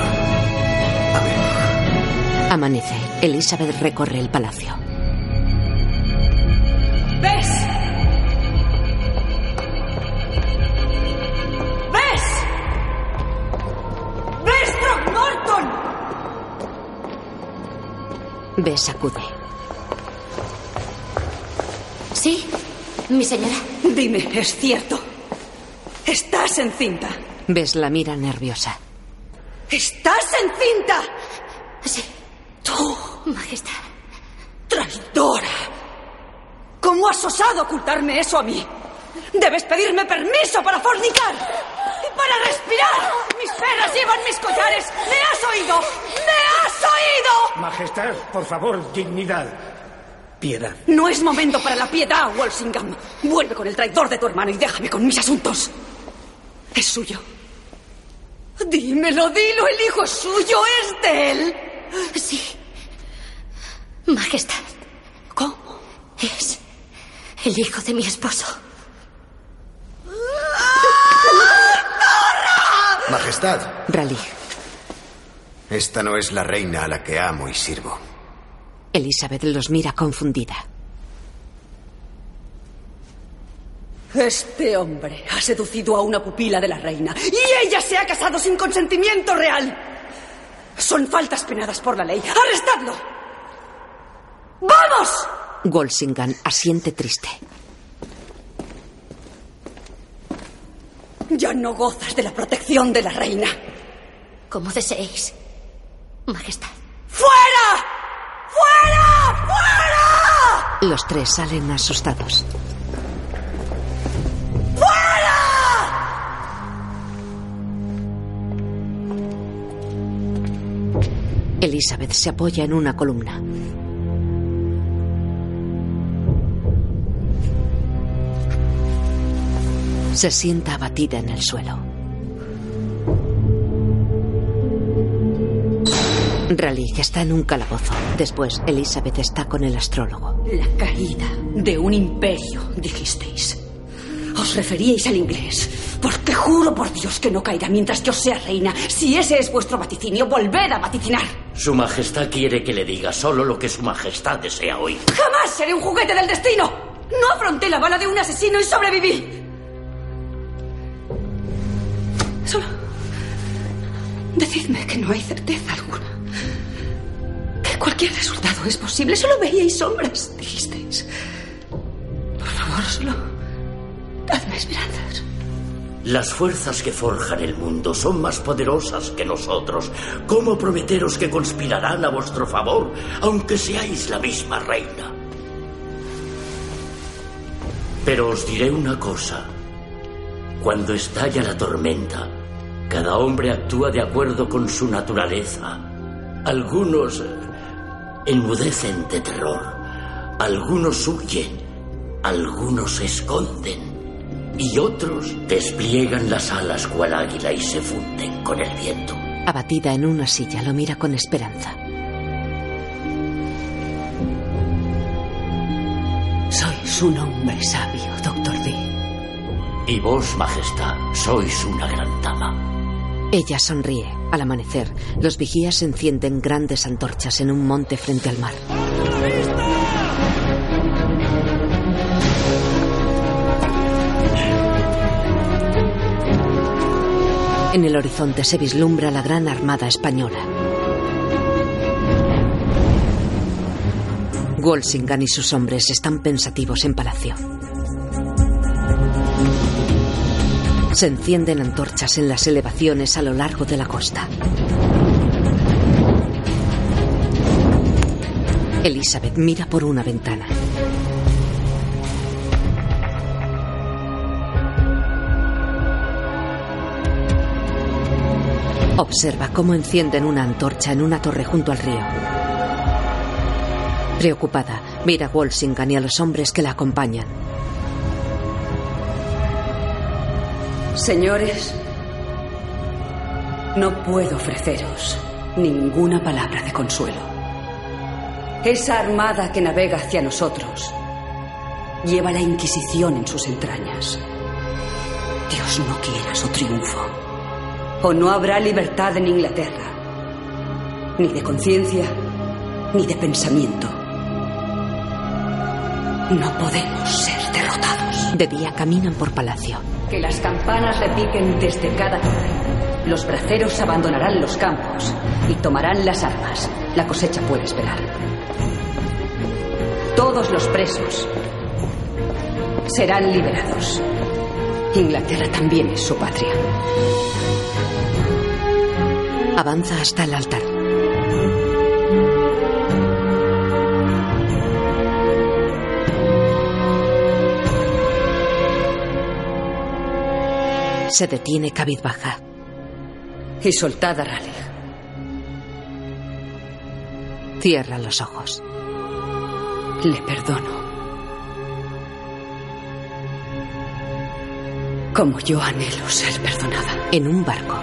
Amén. Amanece. Elizabeth recorre el palacio. ¿Ves? ¿Ves? ¿Ves, Throckmorton? Bess acude. Sí, mi señora. Dime, ¿es cierto? ¿Estás encinta? Bess la mira nerviosa. ¿Estás encinta? Sí. Tú, Majestad. traidora. ¿Cómo has osado ocultarme eso a mí? Debes pedirme permiso para fornicar y para respirar. Mis perras llevan mis collares. ¿Me has oído? ¿Me has oído? Majestad, por favor, dignidad. Piedad. No es momento para la piedad, Walsingham. Vuelve con el traidor de tu hermano y déjame con mis asuntos. Es suyo. Dímelo, dilo, el hijo es suyo, es de él. Sí. Majestad. ¿Cómo? Es el hijo de mi esposo. Majestad. Raleigh. Esta no es la reina a la que amo y sirvo. Elizabeth los mira confundida. Este hombre ha seducido a una pupila de la reina y ella se ha casado sin consentimiento real. Son faltas penadas por la ley. ¡Arrestadlo! ¡Vamos! Walsingham asiente triste. Ya no gozas de la protección de la reina. Como deseéis, Majestad. ¡Fuera! ¡Fuera! ¡Fuera! Los tres salen asustados. Elizabeth se apoya en una columna. Se sienta abatida en el suelo. Raleigh está en un calabozo. Después, Elizabeth está con el astrólogo. La caída de un imperio, dijisteis. Os referíais al inglés. Porque juro por Dios que no caerá mientras yo sea reina. Si ese es vuestro vaticinio, volved a vaticinar. Su Majestad quiere que le diga solo lo que Su Majestad desea oír. ¡Jamás seré un juguete del destino! No afronté la bala de un asesino y sobreviví. Solo decidme que no hay certeza alguna. Que cualquier resultado es posible. Solo veíais sombras, dijisteis. Por favor, solo dadme esperanzas. Las fuerzas que forjan el mundo son más poderosas que nosotros. ¿Cómo prometeros que conspirarán a vuestro favor, aunque seáis la misma reina? Pero os diré una cosa. Cuando estalla la tormenta, cada hombre actúa de acuerdo con su naturaleza. Algunos enmudecen de terror, algunos huyen, algunos se esconden. Y otros despliegan las alas cual águila y se funden con el viento. Abatida en una silla, lo mira con esperanza. Sois un hombre sabio, doctor Dee. Y vos, Majestad, sois una gran dama. Ella sonríe. Al amanecer, los vigías encienden grandes antorchas en un monte frente al mar. En el horizonte se vislumbra la gran armada española. Walsingham y sus hombres están pensativos en palacio. Se encienden antorchas en las elevaciones a lo largo de la costa. Elizabeth mira por una ventana. Observa cómo encienden una antorcha en una torre junto al río. Preocupada, mira a Walsingham y a los hombres que la acompañan. Señores, no puedo ofreceros ninguna palabra de consuelo. Esa armada que navega hacia nosotros lleva la Inquisición en sus entrañas. Dios no quiera su triunfo. o no habrá libertad en Inglaterra. Ni de conciencia, ni de pensamiento. No podemos ser derrotados. De día caminan por palacio. Que las campanas repiquen desde cada torre. Los braceros abandonarán los campos y tomarán las armas. La cosecha puede esperar. Todos los presos serán liberados. Inglaterra también es su patria. Avanza hasta el altar. Se detiene cabizbaja. Y soltad a Raleigh. Cierra los ojos. Le perdono. Como yo anhelo ser perdonada. En un barco.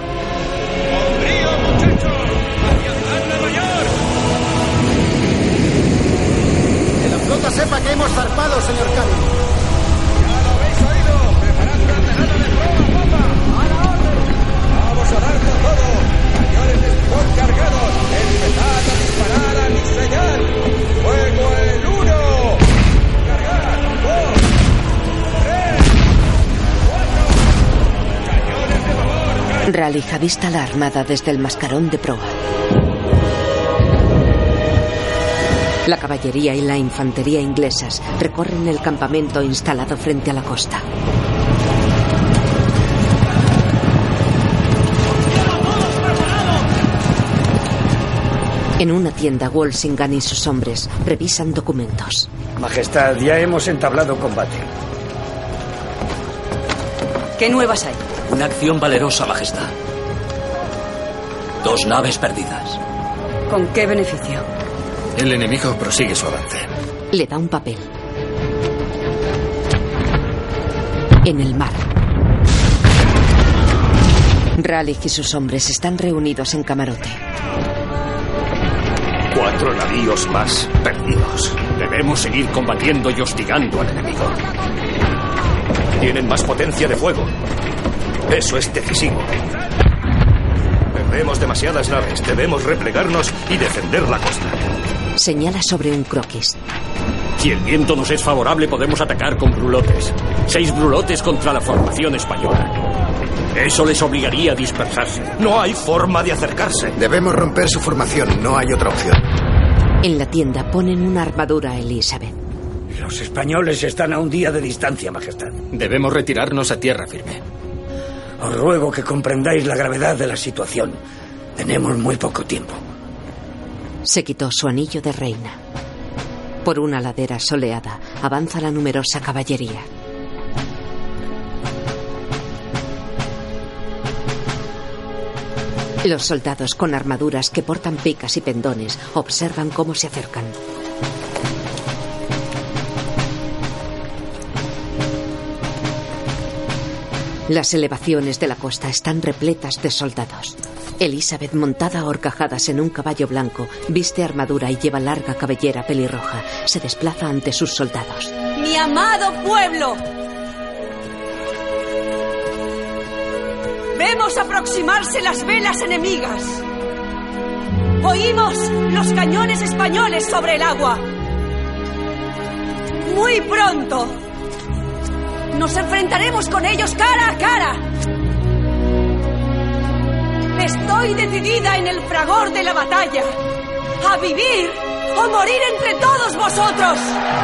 Que la flota sepa que hemos zarpado, señor Canning. ¡Ya lo habéis oído! ¡Preparad una antenada de proa, popa! ¡A la orden! ¡Vamos a dar con todo! ¡Cañones de espigón cargados! ¡Empezad a disparar a mi señal! ¡Fuego el uno! ¡Cargad! ¡Dos! ¡Tres! ¡Cuatro! ¡Cañones de favor! Raleigh avista la armada desde el mascarón de proa. La caballería y la infantería inglesas recorren el campamento instalado frente a la costa. En una tienda, Walsingham y sus hombres revisan documentos. Majestad, ya hemos entablado combate. ¿Qué nuevas hay? Una acción valerosa, Majestad. Dos naves perdidas. ¿Con qué beneficio? El enemigo prosigue su avance. Le da un papel. En el mar. Raleigh y sus hombres están reunidos en camarote. Cuatro navíos más perdidos. Debemos seguir combatiendo y hostigando al enemigo. Tienen más potencia de fuego. Eso es decisivo. Perdemos demasiadas naves. Debemos replegarnos y defender la costa. Señala sobre un croquis. Si el viento nos es favorable, podemos atacar con brulotes. Seis brulotes contra la formación española. Eso les obligaría a dispersarse. No hay forma de acercarse. Debemos romper su formación. No hay otra opción. En la tienda ponen una armadura a Elizabeth. Los españoles están a un día de distancia, Majestad. Debemos retirarnos a tierra firme. Os ruego que comprendáis la gravedad de la situación. Tenemos muy poco tiempo. Se quitó su anillo de reina. Por una ladera soleada avanza la numerosa caballería. Los soldados con armaduras que portan picas y pendones observan cómo se acercan. Las elevaciones de la costa están repletas de soldados. Elizabeth, montada a horcajadas en un caballo blanco, viste armadura y lleva larga cabellera pelirroja. Se desplaza ante sus soldados. ¡Mi amado pueblo! Vemos aproximarse las velas enemigas. Oímos los cañones españoles sobre el agua. Muy pronto nos enfrentaremos con ellos cara a cara. Estoy decidida en el fragor de la batalla a vivir o morir entre todos vosotros.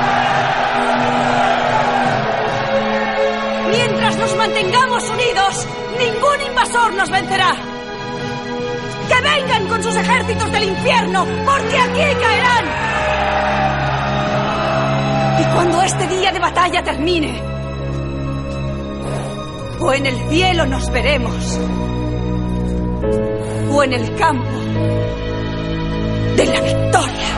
Mientras nos mantengamos unidos, ningún invasor nos vencerá. ¡Que vengan con sus ejércitos del infierno, porque aquí caerán! Y cuando este día de batalla termine, o en el cielo nos veremos, o en el campo de la victoria.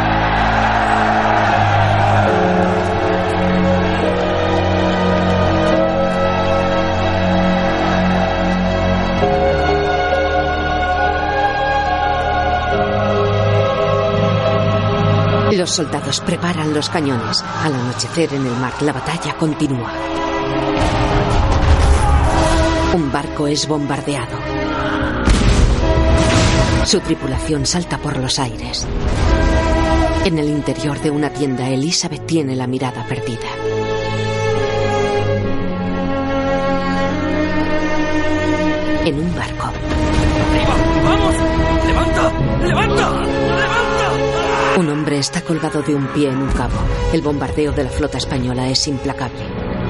Los soldados preparan los cañones. Al anochecer en el mar, la batalla continúa. Un barco es bombardeado. Su tripulación salta por los aires. En el interior de una tienda, Elizabeth tiene la mirada perdida. En un barco. ¡Arriba! ¡Vamos! ¡Levanta! ¡Levanta! ¡Levanta! Un hombre está colgado de un pie en un cabo. El bombardeo de la flota española es implacable.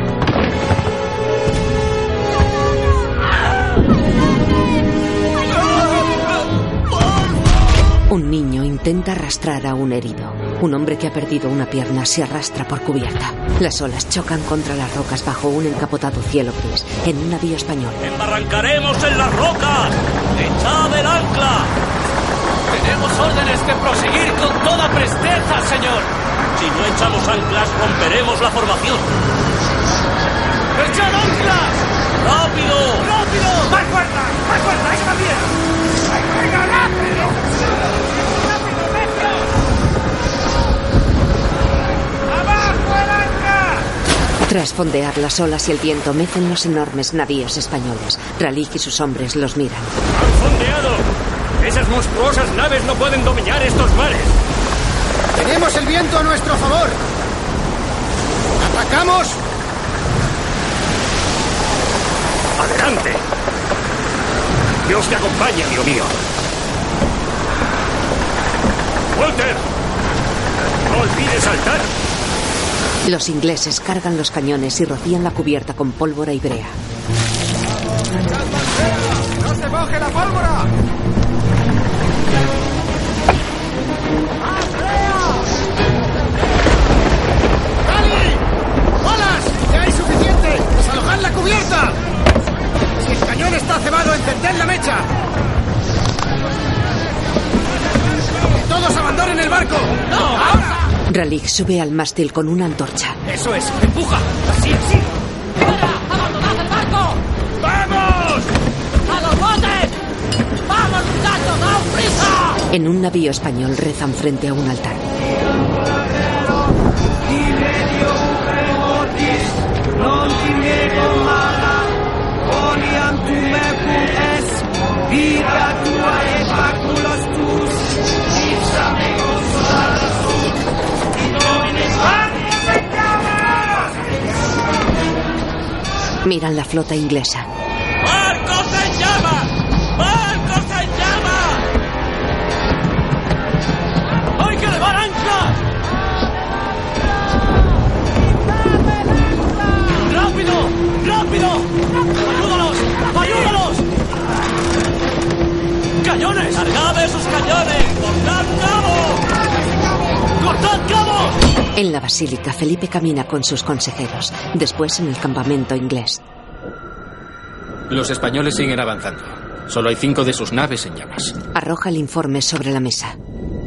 Un niño intenta arrastrar a un herido. Un hombre que ha perdido una pierna se arrastra por cubierta. Las olas chocan contra las rocas bajo un encapotado cielo gris, en un navío español. ¡Embarrancaremos en las rocas! ¡Echad el ancla! Tenemos órdenes de proseguir con toda presteza, señor. Si no echamos anclas, romperemos la formación. ¡Echad anclas! ¡Rápido! ¡Rápido! ¡Más fuerza! ¡Más fuerza! ¡Esa bien! ¡Venga, rápido! ¡Rápido, rápido! ¡Abajo el ancla! Tras fondear las olas y el viento mecen los enormes navíos españoles. Ralik y sus hombres los miran. ¡Han fondeado! ¡Esas monstruosas naves no pueden dominar estos mares! ¡Tenemos el viento a nuestro favor! ¡Atacamos! ¡Adelante! Dios te acompañe, amigo mío. ¡Walter! ¡No olvides saltar! Los ingleses cargan los cañones y rocían la cubierta con pólvora y brea. ¡No se moje la pólvora! ¡Dali! ¡Olas! ¡Ya hay suficiente! ¡Desalojad la cubierta! Si el cañón está cebado, encended la mecha. ¡Que todos abandonen el barco! ¡No! ¡Ahora! Ralik sube al mástil con una antorcha. ¡Eso es! ¡Empuja! ¡Así, así! ¡Fuera! ¡Abandonad el barco! ¡Vamos! ¡A los botes! ¡Vamos, muchachos! ¡Daos prisa! En un navío español rezan frente a un altar. Miran la flota inglesa. ¡Barcos en llamas! ¡Barcos en llamas! ¡Hay que levar anclas! ¡Rápido! ¡Rápido! ¡Ayúdanos! ¡Ayúdanos! ¡Cañones! ¡Cargad esos cañones! ¡Cortad cabos! ¡Cortad cabos! En la basílica, Felipe camina con sus consejeros. Después, en el campamento inglés. Los españoles siguen avanzando. Solo hay cinco de sus naves en llamas. Arroja el informe sobre la mesa.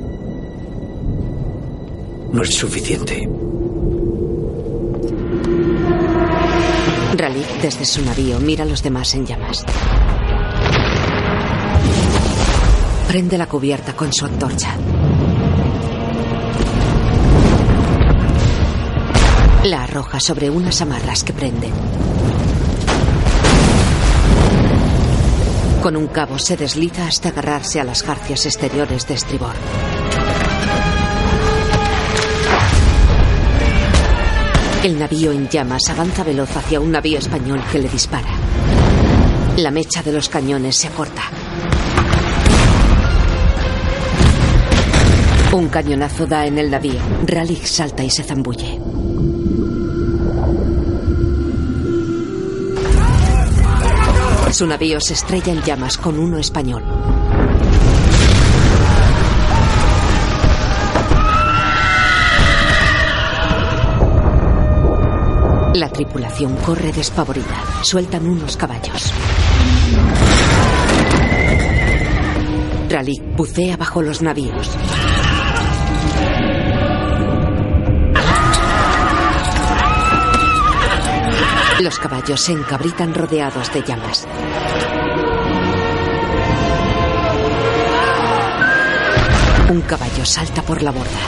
No es suficiente. Ralik, desde su navío, mira a los demás en llamas. Prende la cubierta con su antorcha. La arroja sobre unas amarras que prenden. Con un cabo se desliza hasta agarrarse a las jarcias exteriores de estribor. El navío en llamas avanza veloz hacia un navío español que le dispara. La mecha de los cañones se corta. Un cañonazo da en el navío. Ralik salta y se zambulle. Su navío se estrella en llamas con uno español. La tripulación corre despavorida. Sueltan unos caballos. Ralik bucea bajo los navíos. Los caballos se encabritan rodeados de llamas. Un caballo salta por la borda.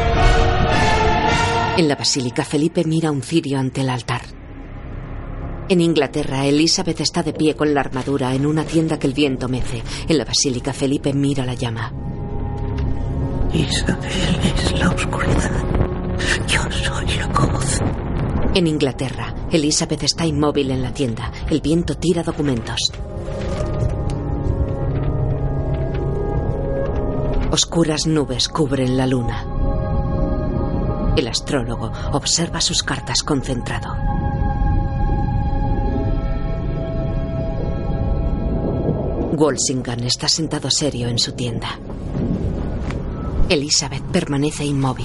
En la basílica, Felipe mira un cirio ante el altar. En Inglaterra, Elizabeth está de pie con la armadura en una tienda que el viento mece. En la basílica, Felipe mira la llama. Isabel es la oscuridad. Yo soy la luz. En Inglaterra, Elizabeth está inmóvil en la tienda. El viento tira documentos. Oscuras nubes cubren la luna. El astrólogo observa sus cartas concentrado. Walsingham está sentado serio en su tienda. Elizabeth permanece inmóvil.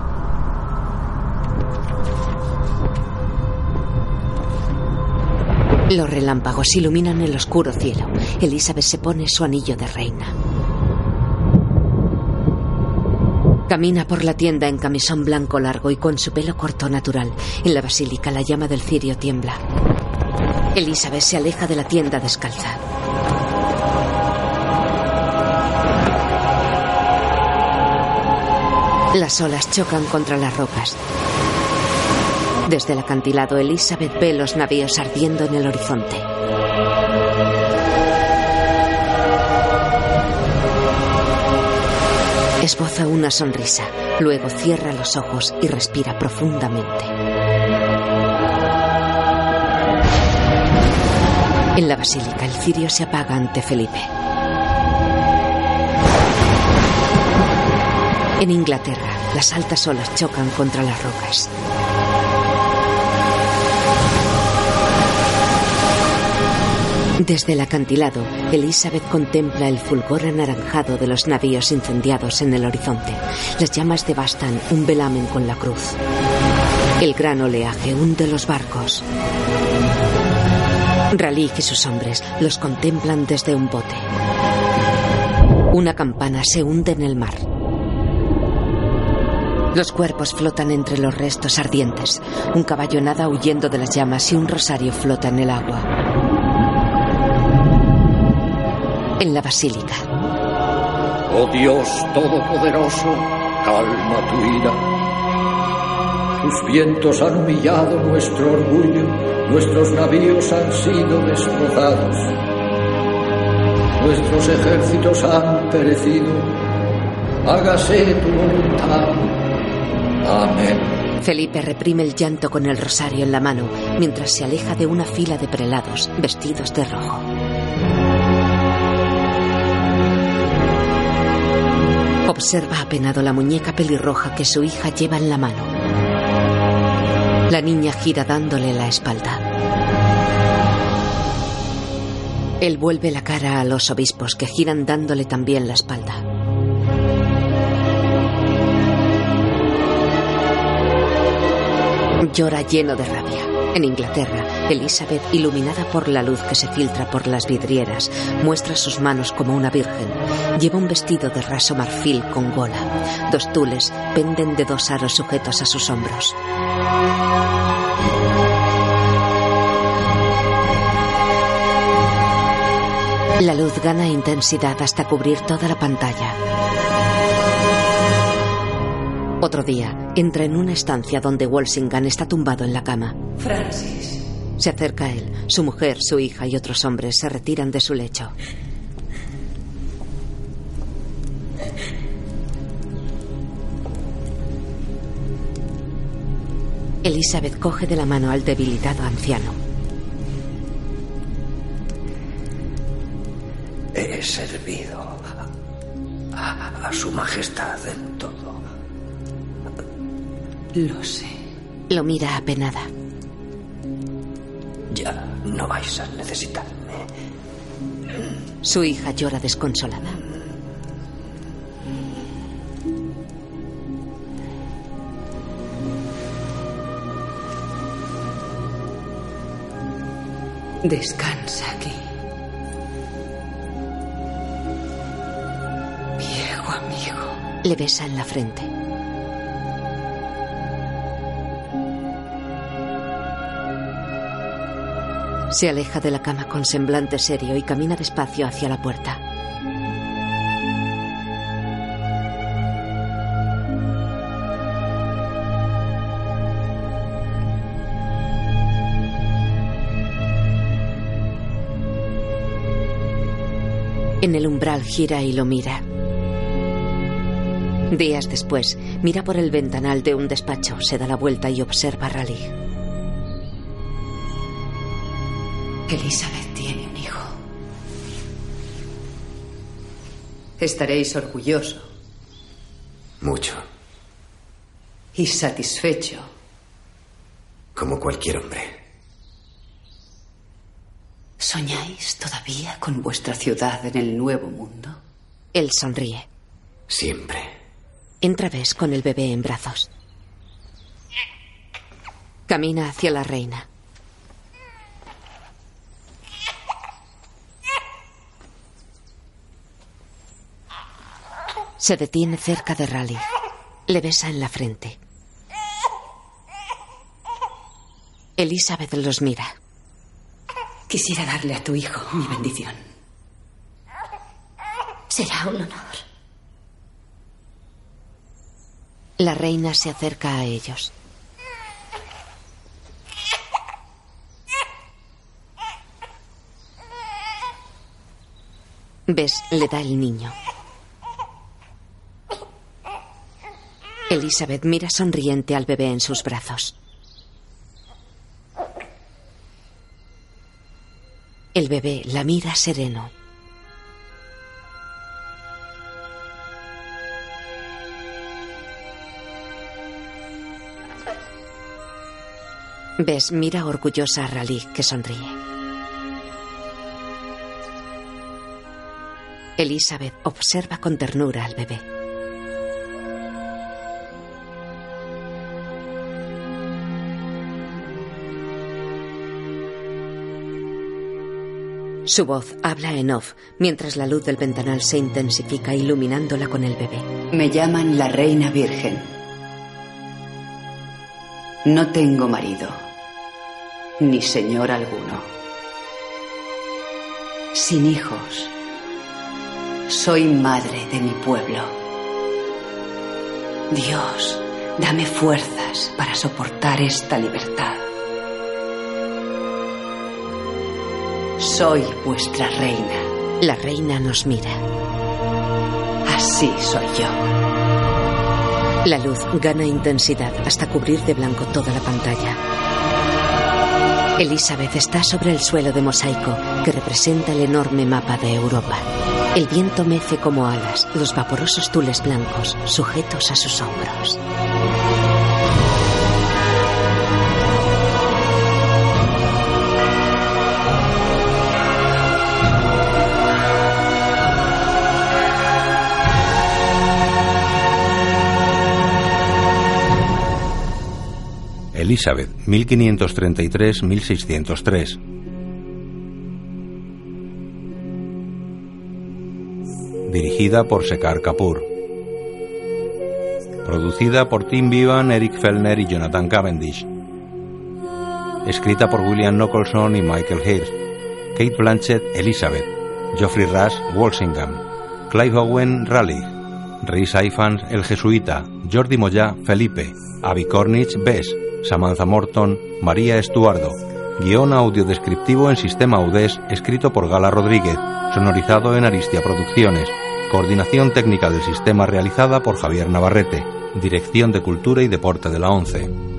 Los relámpagos iluminan el oscuro cielo. Elizabeth se pone su anillo de reina. Camina por la tienda en camisón blanco largo y con su pelo corto natural. En la basílica, la llama del cirio tiembla. Elizabeth se aleja de la tienda descalza. Las olas chocan contra las rocas. Desde el acantilado, Elizabeth ve los navíos ardiendo en el horizonte. Esboza una sonrisa, luego cierra los ojos y respira profundamente. En la basílica, el cirio se apaga ante Felipe. En Inglaterra, las altas olas chocan contra las rocas. Desde el acantilado, Elizabeth contempla el fulgor anaranjado de los navíos incendiados en el horizonte. Las llamas devastan un velamen con la cruz. El gran oleaje hunde los barcos. Raleigh y sus hombres los contemplan desde un bote. Una campana se hunde en el mar. Los cuerpos flotan entre los restos ardientes. Un caballo nada huyendo de las llamas y un rosario flota en el agua. En la basílica. Oh Dios Todopoderoso, calma tu ira. Tus vientos han humillado nuestro orgullo, nuestros navíos han sido destrozados, nuestros ejércitos han perecido. Hágase tu voluntad. Amén. Felipe reprime el llanto con el rosario en la mano, mientras se aleja de una fila de prelados vestidos de rojo. Observa apenado la muñeca pelirroja que su hija lleva en la mano. La niña gira dándole la espalda. Él vuelve la cara a los obispos que giran dándole también la espalda. Llora lleno de rabia. En Inglaterra, Elizabeth, iluminada por la luz que se filtra por las vidrieras, muestra sus manos como una virgen. Lleva un vestido de raso marfil con gola. Dos tules penden de dos aros sujetos a sus hombros. La luz gana intensidad hasta cubrir toda la pantalla. Otro día, entra en una estancia donde Walsingham está tumbado en la cama. Francis. Se acerca a él. Su mujer, su hija y otros hombres se retiran de su lecho. Elizabeth coge de la mano al debilitado anciano. He servido a, a su majestad en todo. Lo sé. Lo mira apenada. Ya no vais a necesitarme. Su hija llora desconsolada. Descansa aquí. Viejo amigo. Le besa en la frente. Se aleja de la cama con semblante serio y camina despacio hacia la puerta. En el umbral gira y lo mira. Días después, mira por el ventanal de un despacho, se da la vuelta y observa a Raleigh. Elizabeth tiene un hijo. Estaréis orgulloso. Mucho. Y satisfecho. Como cualquier hombre. ¿Soñáis todavía con vuestra ciudad en el Nuevo Mundo? Él sonríe. Siempre. Entra Bess con el bebé en brazos. Camina hacia la reina. Se detiene cerca de Raleigh. Le besa en la frente. Elizabeth los mira. Quisiera darle a tu hijo mi bendición. Será un honor. La reina se acerca a ellos. Bess le da el niño. Elizabeth mira sonriente al bebé en sus brazos. El bebé la mira sereno. Bess mira orgullosa a Raleigh, que sonríe. Elizabeth observa con ternura al bebé. Su voz habla en off, mientras la luz del ventanal se intensifica, iluminándola con el bebé. Me llaman la Reina Virgen. No tengo marido, ni señor alguno. Sin hijos, soy madre de mi pueblo. Dios, dame fuerzas para soportar esta libertad. Soy vuestra reina. La reina nos mira. Así soy yo. La luz gana intensidad hasta cubrir de blanco toda la pantalla. Elizabeth está sobre el suelo de mosaico que representa el enorme mapa de Europa. El viento mece como alas los vaporosos tules blancos sujetos a sus hombros. Elizabeth, mil quinientos treinta y tres a mil seiscientos tres. Dirigida por Shekhar Kapur. Producida por Tim Bevan, Eric Fellner y Jonathan Cavendish. Escrita por William Nicholson y Michael Hirst. Kate Blanchett, Elizabeth. Geoffrey Rush, Walsingham. Clive Owen, Raleigh. Rhys Ifans, el jesuita. Jordi Moya, Felipe. Abby Cornish, Bess. Samantha Morton, María Estuardo. Guión audio descriptivo en sistema Udés, escrito por Gala Rodríguez, sonorizado en Aristia Producciones. Coordinación técnica del sistema realizada por Javier Navarrete. Dirección de Cultura y Deporte de la ONCE.